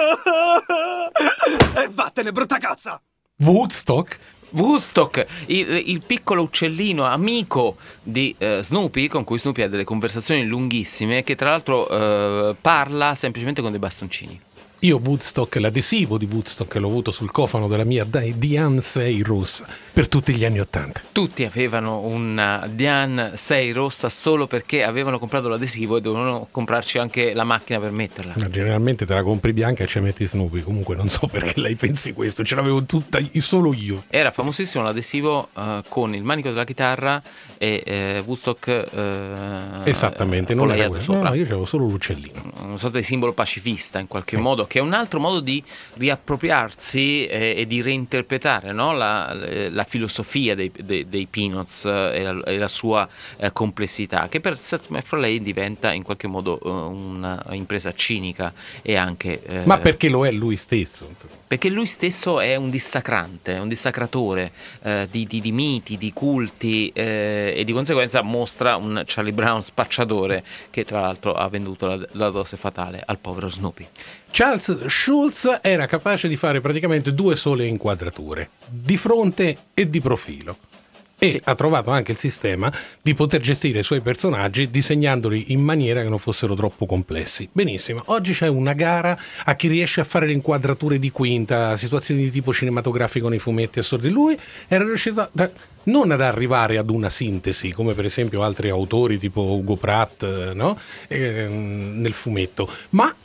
E vattene, brutta cazza. Woodstock? Woodstock, il, il piccolo uccellino amico di eh, Snoopy, con cui Snoopy ha delle conversazioni lunghissime, che tra l'altro eh, parla semplicemente con dei bastoncini. Io Woodstock, l'adesivo di Woodstock l'ho avuto sul cofano della mia Diane sei rossa per tutti gli anni Ottanta. Tutti avevano una Diane sei rossa solo perché avevano comprato l'adesivo e dovevano comprarci anche la macchina per metterla. Ma generalmente te la compri bianca e ci metti Snoopy, comunque non so perché lei pensi questo, ce l'avevo tutta solo io. Era famosissimo l'adesivo uh, con il manico della chitarra e eh, Woodstock uh, esattamente, non era sopra. No, no, io c'avevo solo l'uccellino. Una sorta di simbolo pacifista in qualche sì. modo, che è un altro modo di riappropriarsi e, e di reinterpretare, no? la, la filosofia dei, dei, dei Peanuts e la, e la sua eh, complessità, che per Seth MacFarlane diventa in qualche modo uh, un'impresa cinica e anche... Eh, Ma perché lo è lui stesso? Perché lui stesso è un dissacrante, un dissacratore eh, di, di, di miti, di culti eh, e di conseguenza mostra un Charlie Brown spacciatore che tra l'altro ha venduto la, la dose fatale al povero Snoopy. Charles Schulz era capace di fare praticamente due sole inquadrature, di fronte e di profilo. E sì. ha trovato anche il sistema di poter gestire i suoi personaggi disegnandoli in maniera che non fossero troppo complessi. Benissimo, oggi c'è una gara a chi riesce a fare le inquadrature di quinta, situazioni di tipo cinematografico nei fumetti assurdi. Lui era riuscito a, non ad arrivare ad una sintesi, come per esempio altri autori tipo Ugo Pratt, no? eh, nel fumetto, ma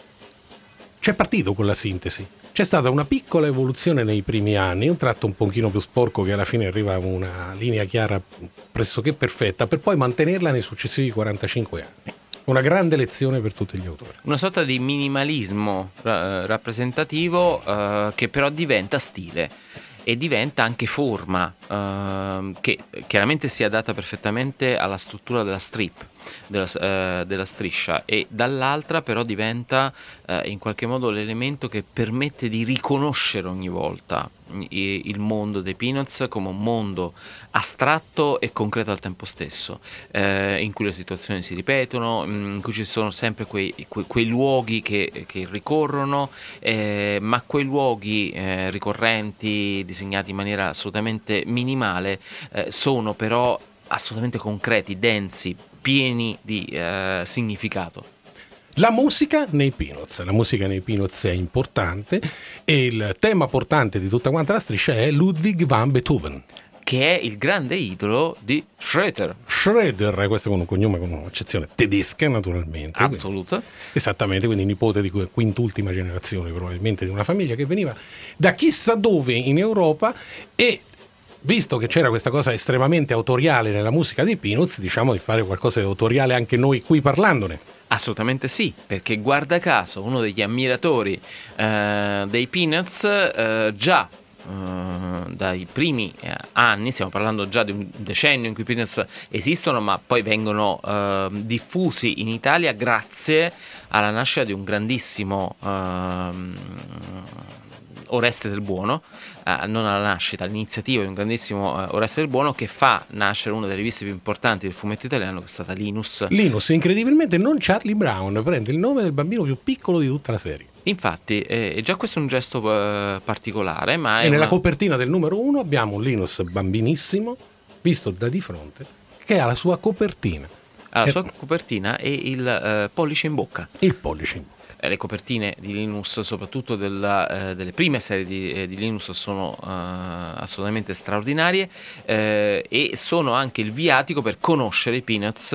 c'è partito con la sintesi. C'è stata una piccola evoluzione nei primi anni, un tratto un pochino più sporco che alla fine arriva a una linea chiara pressoché perfetta, per poi mantenerla nei successivi quarantacinque anni. Una grande lezione per tutti gli autori. Una sorta di minimalismo ra- rappresentativo uh, che però diventa stile e diventa anche forma, uh, che chiaramente si adatta perfettamente alla struttura della strip, della, uh, della striscia, e dall'altra però diventa uh, in qualche modo l'elemento che permette di riconoscere ogni volta il mondo dei Peanuts come un mondo astratto e concreto al tempo stesso, eh, in cui le situazioni si ripetono, in cui ci sono sempre quei, quei, quei luoghi che, che ricorrono, eh, ma quei luoghi eh, ricorrenti, disegnati in maniera assolutamente minimale, eh, sono però assolutamente concreti, densi, pieni di eh, significato. La musica nei Peanuts, la musica nei Peanuts è importante e il tema portante di tutta quanta la striscia è Ludwig van Beethoven, che è il grande idolo di Schroeder. Schroeder, questo con un cognome con un'accezione tedesca naturalmente. Assoluta. Esattamente, quindi nipote di quintultima generazione probabilmente di una famiglia che veniva da chissà dove in Europa, e visto che c'era questa cosa estremamente autoriale nella musica dei Peanuts, diciamo di fare qualcosa di autoriale anche noi qui parlandone. Assolutamente sì, perché guarda caso uno degli ammiratori eh, dei Peanuts eh, già eh, dai primi anni, stiamo parlando già di un decennio in cui i Peanuts esistono, ma poi vengono eh, diffusi in Italia grazie alla nascita di un grandissimo eh, Oreste del Buono, eh, non alla nascita, all'iniziativa di un grandissimo eh, Oreste del Buono, che fa nascere una delle riviste più importanti del fumetto italiano, che è stata Linus. Linus, incredibilmente non Charlie Brown, prende il nome del bambino più piccolo di tutta la serie. Infatti, eh, già questo è un gesto eh, particolare, ma è E nella una... copertina del numero uno abbiamo un Linus bambinissimo, visto da di fronte, che ha la sua copertina. La e... sua copertina e il eh, pollice in bocca. Il pollice in bocca. Le copertine di Linus, soprattutto della, eh, delle prime serie di, eh, di Linus, sono eh, assolutamente straordinarie eh, e sono anche il viatico per conoscere i Peanuts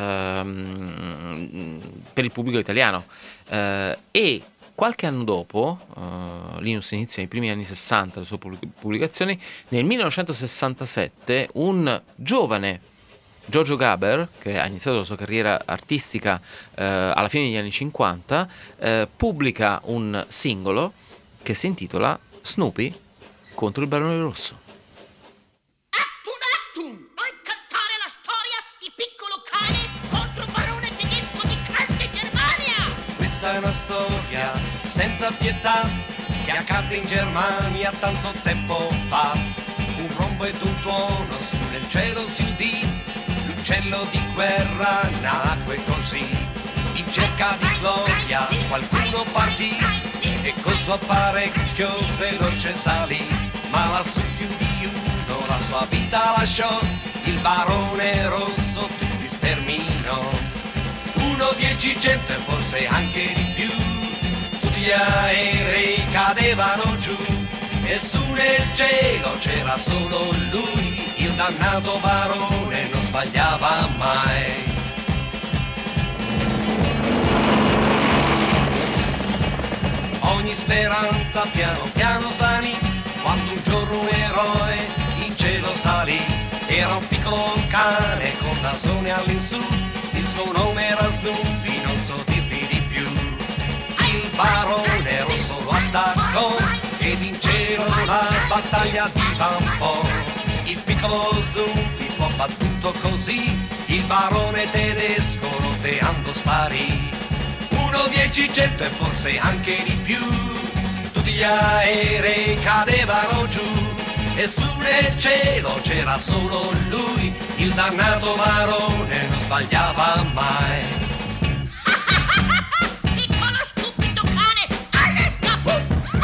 ehm, per il pubblico italiano. Eh, e qualche anno dopo, eh, Linus inizia nei primi anni sessanta le sue pubblicazioni, nel millenovecentosessantasette un giovane Giorgio Gaber, che ha iniziato la sua carriera artistica eh, alla fine degli anni cinquanta, eh, pubblica un singolo che si intitola Snoopy contro il Barone Rosso. Actum, actum! Non cantare la storia di piccolo cane contro il barone tedesco di grande Germania! Questa è una storia senza pietà che accadde in Germania tanto tempo fa. Un rombo ed un tuono su nel cielo si udì, l'uccello di guerra nacque così. In cerca di gloria qualcuno partì e col suo apparecchio veloce salì, ma lassù più di uno la sua vita lasciò, il barone rosso tutti sterminò. Uno, dieci, cento e forse anche di più, tutti gli aerei cadevano giù e su nel cielo c'era solo lui, il dannato barone non sbagliava mai. Ogni speranza piano piano svanì, quando un giorno un eroe in cielo salì. Era un piccolo cane con nasone all'insù, il suo nome era Snoopy, non so dirvi di più. Il barone attacco ed in cielo la battaglia divampò. Il piccolo Snoopy fu abbattuto così, il barone tedesco roteando sparì. Uno, dieci, cento e forse anche di più, tutti gli aerei cadevano giù e su nel cielo c'era solo lui, il dannato barone non sbagliava mai. Piccolo stupido cane, all'escapù!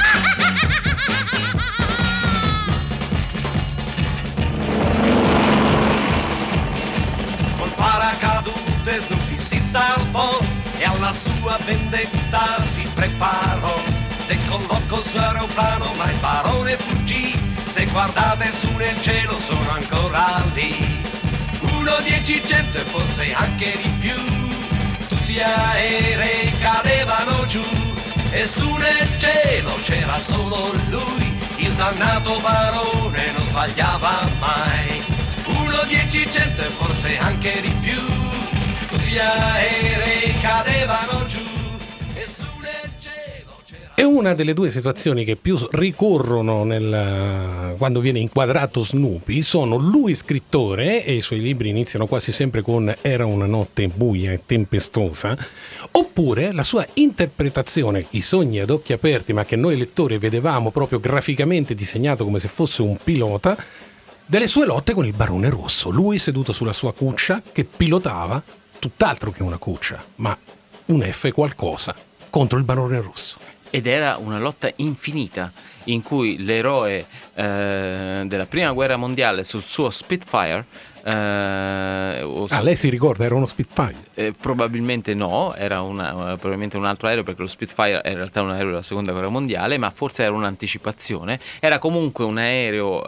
Col paracadute Snoopy si salvò e alla sua vendetta si preparò. Decollò col suo aeroplano ma il barone fuggì. Se guardate su nel cielo sono ancora lì. Uno, dieci, cento e forse anche di più, tutti gli aerei cadevano giù e su nel cielo c'era solo lui, il dannato barone non sbagliava mai. Uno, dieci, cento e forse anche di più, tutti gli aerei cadevano giù e su nel cielo c'era... È una delle due situazioni che più ricorrono nel, quando viene inquadrato Snoopy. Sono lui scrittore, e i suoi libri iniziano quasi sempre con "Era una notte buia e tempestosa", oppure la sua interpretazione, I sogni ad occhi aperti, ma che noi lettori vedevamo proprio graficamente disegnato come se fosse un pilota, delle sue lotte con il Barone Rosso. Lui seduto sulla sua cuccia che pilotava tutt'altro che una cuccia, ma un F qualcosa contro il Barone Rosso. Ed era una lotta infinita in cui l'eroe eh, della prima guerra mondiale sul suo Spitfire eh, o su, ah, lei si ricorda, era uno Spitfire? Eh, probabilmente no, era una, probabilmente un altro aereo, perché lo Spitfire è in realtà un aereo della seconda guerra mondiale, ma forse era un'anticipazione. Era comunque un aereo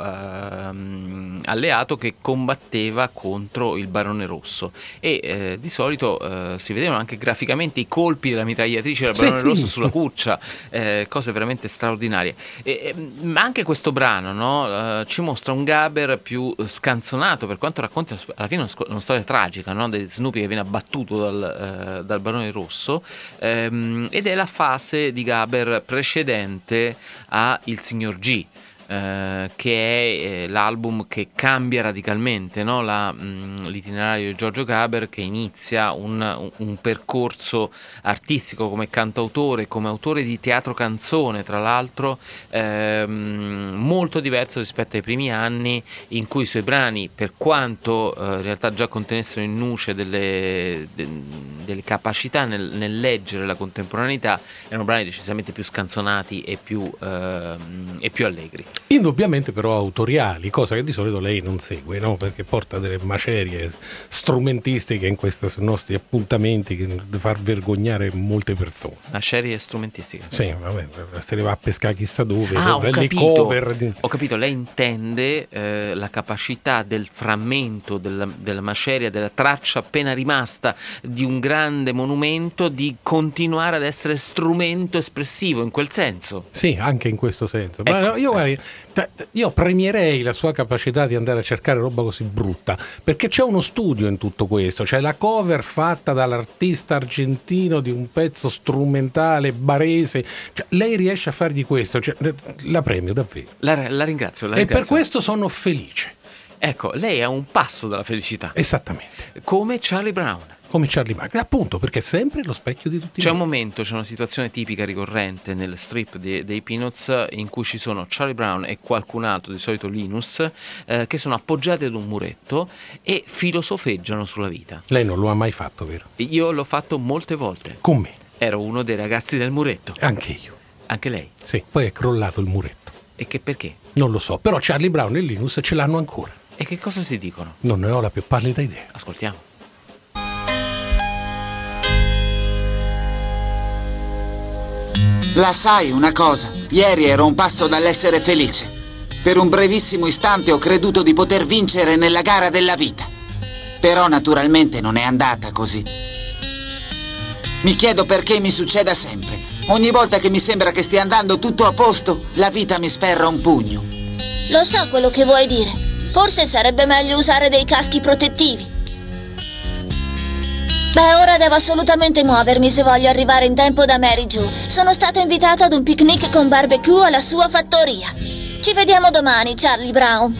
ehm, alleato che combatteva contro il Barone Rosso e eh, di solito eh, si vedevano anche graficamente i colpi della mitragliatrice del Barone sì, Rosso sì. sulla cuccia, eh, cose veramente straordinarie. E, e, ma anche questo brano, no, eh, ci mostra un Gaber più scanzonato, per quanto racconta alla fine una, sco- una storia tragica, no, di Snoopy che viene abbattuto dal, eh, dal Barone Rosso, ehm, ed è la fase di Gaber precedente a Il Signor G, eh, che è eh, l'album che cambia radicalmente, no? La, mh, l'itinerario di Giorgio Gaber, che inizia un, un, un percorso artistico come cantautore, come autore di teatro canzone, tra l'altro ehm, molto diverso rispetto ai primi anni, in cui i suoi brani, per quanto eh, in realtà già contenessero in nuce delle, de, delle capacità nel, nel leggere la contemporaneità, erano brani decisamente più scanzonati e più, ehm, e più allegri. Indubbiamente però autoriali, cosa che di solito lei non segue, no? Perché porta delle macerie strumentistiche in questi nostri appuntamenti che far vergognare molte persone. Macerie strumentistiche? Sì, vabbè, se le va a pescare chissà dove, ah, ho le capito, cover di... ho capito, lei intende eh, la capacità del frammento, della, della maceria, della traccia appena rimasta di un grande monumento di continuare ad essere strumento espressivo, in quel senso. Sì, anche in questo senso. Ecco, Ma io guardi, io premierei la sua capacità di andare a cercare roba così brutta, perché c'è uno studio in tutto questo. C'è la cover fatta dall'artista argentino di un pezzo strumentale barese, cioè, lei riesce a fare di questo, cioè, la premio davvero. La, la ringrazio, la e ringrazio. Per questo sono felice. Ecco, lei è a un passo dalla felicità. Esattamente. Come Charlie Brown. Come Charlie Brown, appunto, perché è sempre lo specchio di tutti C'è noi. un momento, c'è una situazione tipica ricorrente nel strip dei, dei Peanuts, in cui ci sono Charlie Brown e qualcun altro, di solito Linus, eh, che sono appoggiati ad un muretto e filosofeggiano sulla vita. Lei non lo ha mai fatto, vero? Io l'ho fatto molte volte. Con me. Ero uno dei ragazzi del muretto. Anche io. Anche lei? Sì, poi è crollato il muretto. E che perché? Non lo so, però Charlie Brown e Linus ce l'hanno ancora. E che cosa si dicono? Non ne ho la più pallida idea. Ascoltiamo. La sai una cosa? Ieri ero a un passo dall'essere felice. Per un brevissimo istante ho creduto di poter vincere nella gara della vita. Però naturalmente non è andata così. Mi chiedo perché mi succeda sempre. Ogni volta che mi sembra che stia andando tutto a posto, la vita mi sferra un pugno. Lo so quello che vuoi dire. Forse sarebbe meglio usare dei caschi protettivi. Beh, ora devo assolutamente muovermi se voglio arrivare in tempo da Mary Jo. Sono stata invitata ad un picnic con barbecue alla sua fattoria. Ci vediamo domani, Charlie Brown.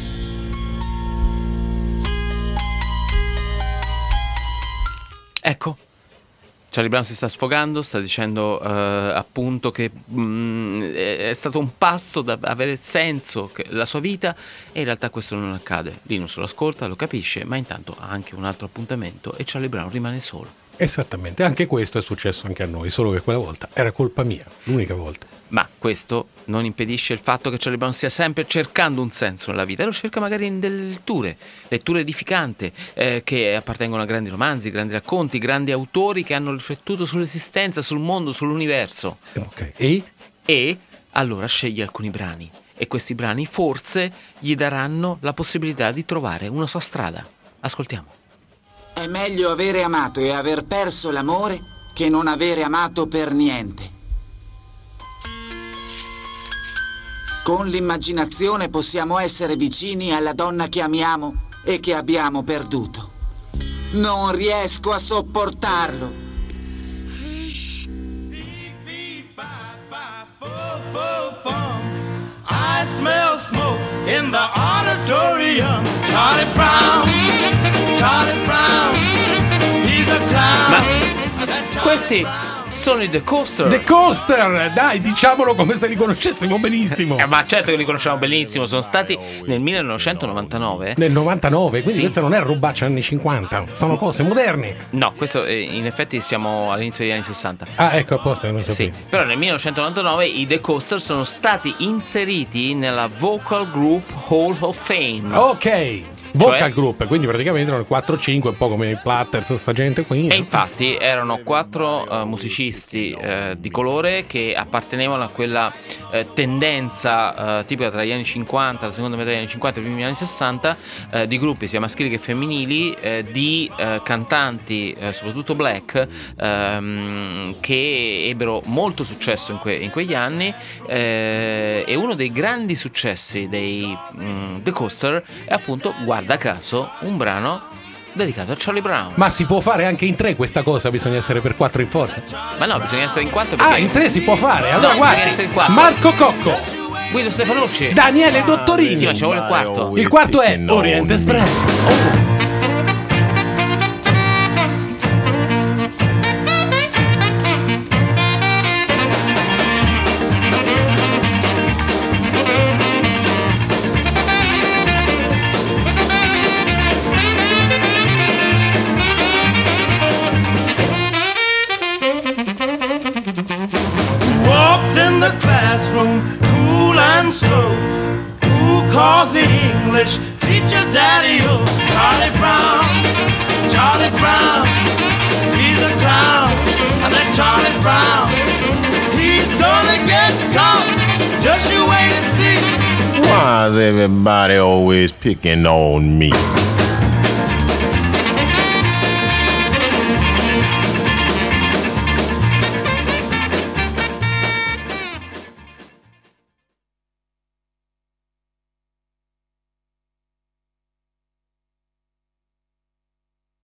Ecco, Charlie Brown si sta sfogando, sta dicendo eh, appunto che mh, è stato un passo da avere senso che la sua vita, e in realtà questo non accade. Linus lo ascolta, lo capisce, ma intanto ha anche un altro appuntamento e Charlie Brown rimane solo. Esattamente, anche questo è successo anche a noi, solo che quella volta era colpa mia, l'unica volta. Ma questo non impedisce il fatto che Charlie Brown stia sempre cercando un senso nella vita, e lo cerca magari in delle letture, letture edificanti, eh, che appartengono a grandi romanzi, grandi racconti, grandi autori che hanno riflettuto sull'esistenza, sul mondo, sull'universo. Ok, e? E allora sceglie alcuni brani, e questi brani forse gli daranno la possibilità di trovare una sua strada. Ascoltiamo. È meglio avere amato e aver perso l'amore che non avere amato per niente. Con l'immaginazione possiamo essere vicini alla donna che amiamo e che abbiamo perduto. Non riesco a sopportarlo. I smell smoke in the auditorium. Charlie Brown, Charlie Brown, he's a clown. Ma questi sono i The Coaster. The Coaster, dai, diciamolo come se li conoscessimo benissimo. Eh, ma certo che li conosciamo benissimo, sono stati nel millenovecentonovantanove. Nel novantanove, quindi Sì. questa non è rubaccia anni cinquanta, sono cose moderne. No, questo eh, in effetti siamo all'inizio degli anni sessanta. Ah, ecco, apposta, non lo Sì, sapevo. però nel millenovecentonovantanove i The Coaster sono stati inseriti nella Vocal Group Hall of Fame. Ok, vocal Cioè? group, quindi praticamente erano quattro cinque, un po' come i Platters, sta gente qui. E infatti erano quattro uh, musicisti uh, di colore che appartenevano a quella uh, tendenza uh, tipica tra gli anni cinquanta, la seconda metà degli anni cinquanta e i primi anni sessanta, uh, di gruppi sia maschili che femminili, uh, di uh, cantanti, uh, soprattutto black, um, che ebbero molto successo in, que- in quegli anni, uh, e uno dei grandi successi dei um, The Coaster è appunto, guarda caso, un brano dedicato a Charlie Brown. Ma si può fare anche in tre questa cosa, bisogna essere per quattro in forza. Ma no, bisogna essere in quattro perché... Ah, in tre si può fare, allora No, guardi, bisogna essere in quattro. Marco Cocco, Guido Stefanucci, Daniele Dottorini. Sì, ma ci vuole il quarto. Il quarto è Oriente Express. Walks in the classroom, cool and slow. Who calls the English teacher daddy? Oh, Charlie Brown, Charlie Brown, he's a clown. That Charlie Brown, he's gonna get caught. Just you wait and see. Why is everybody always picking on me?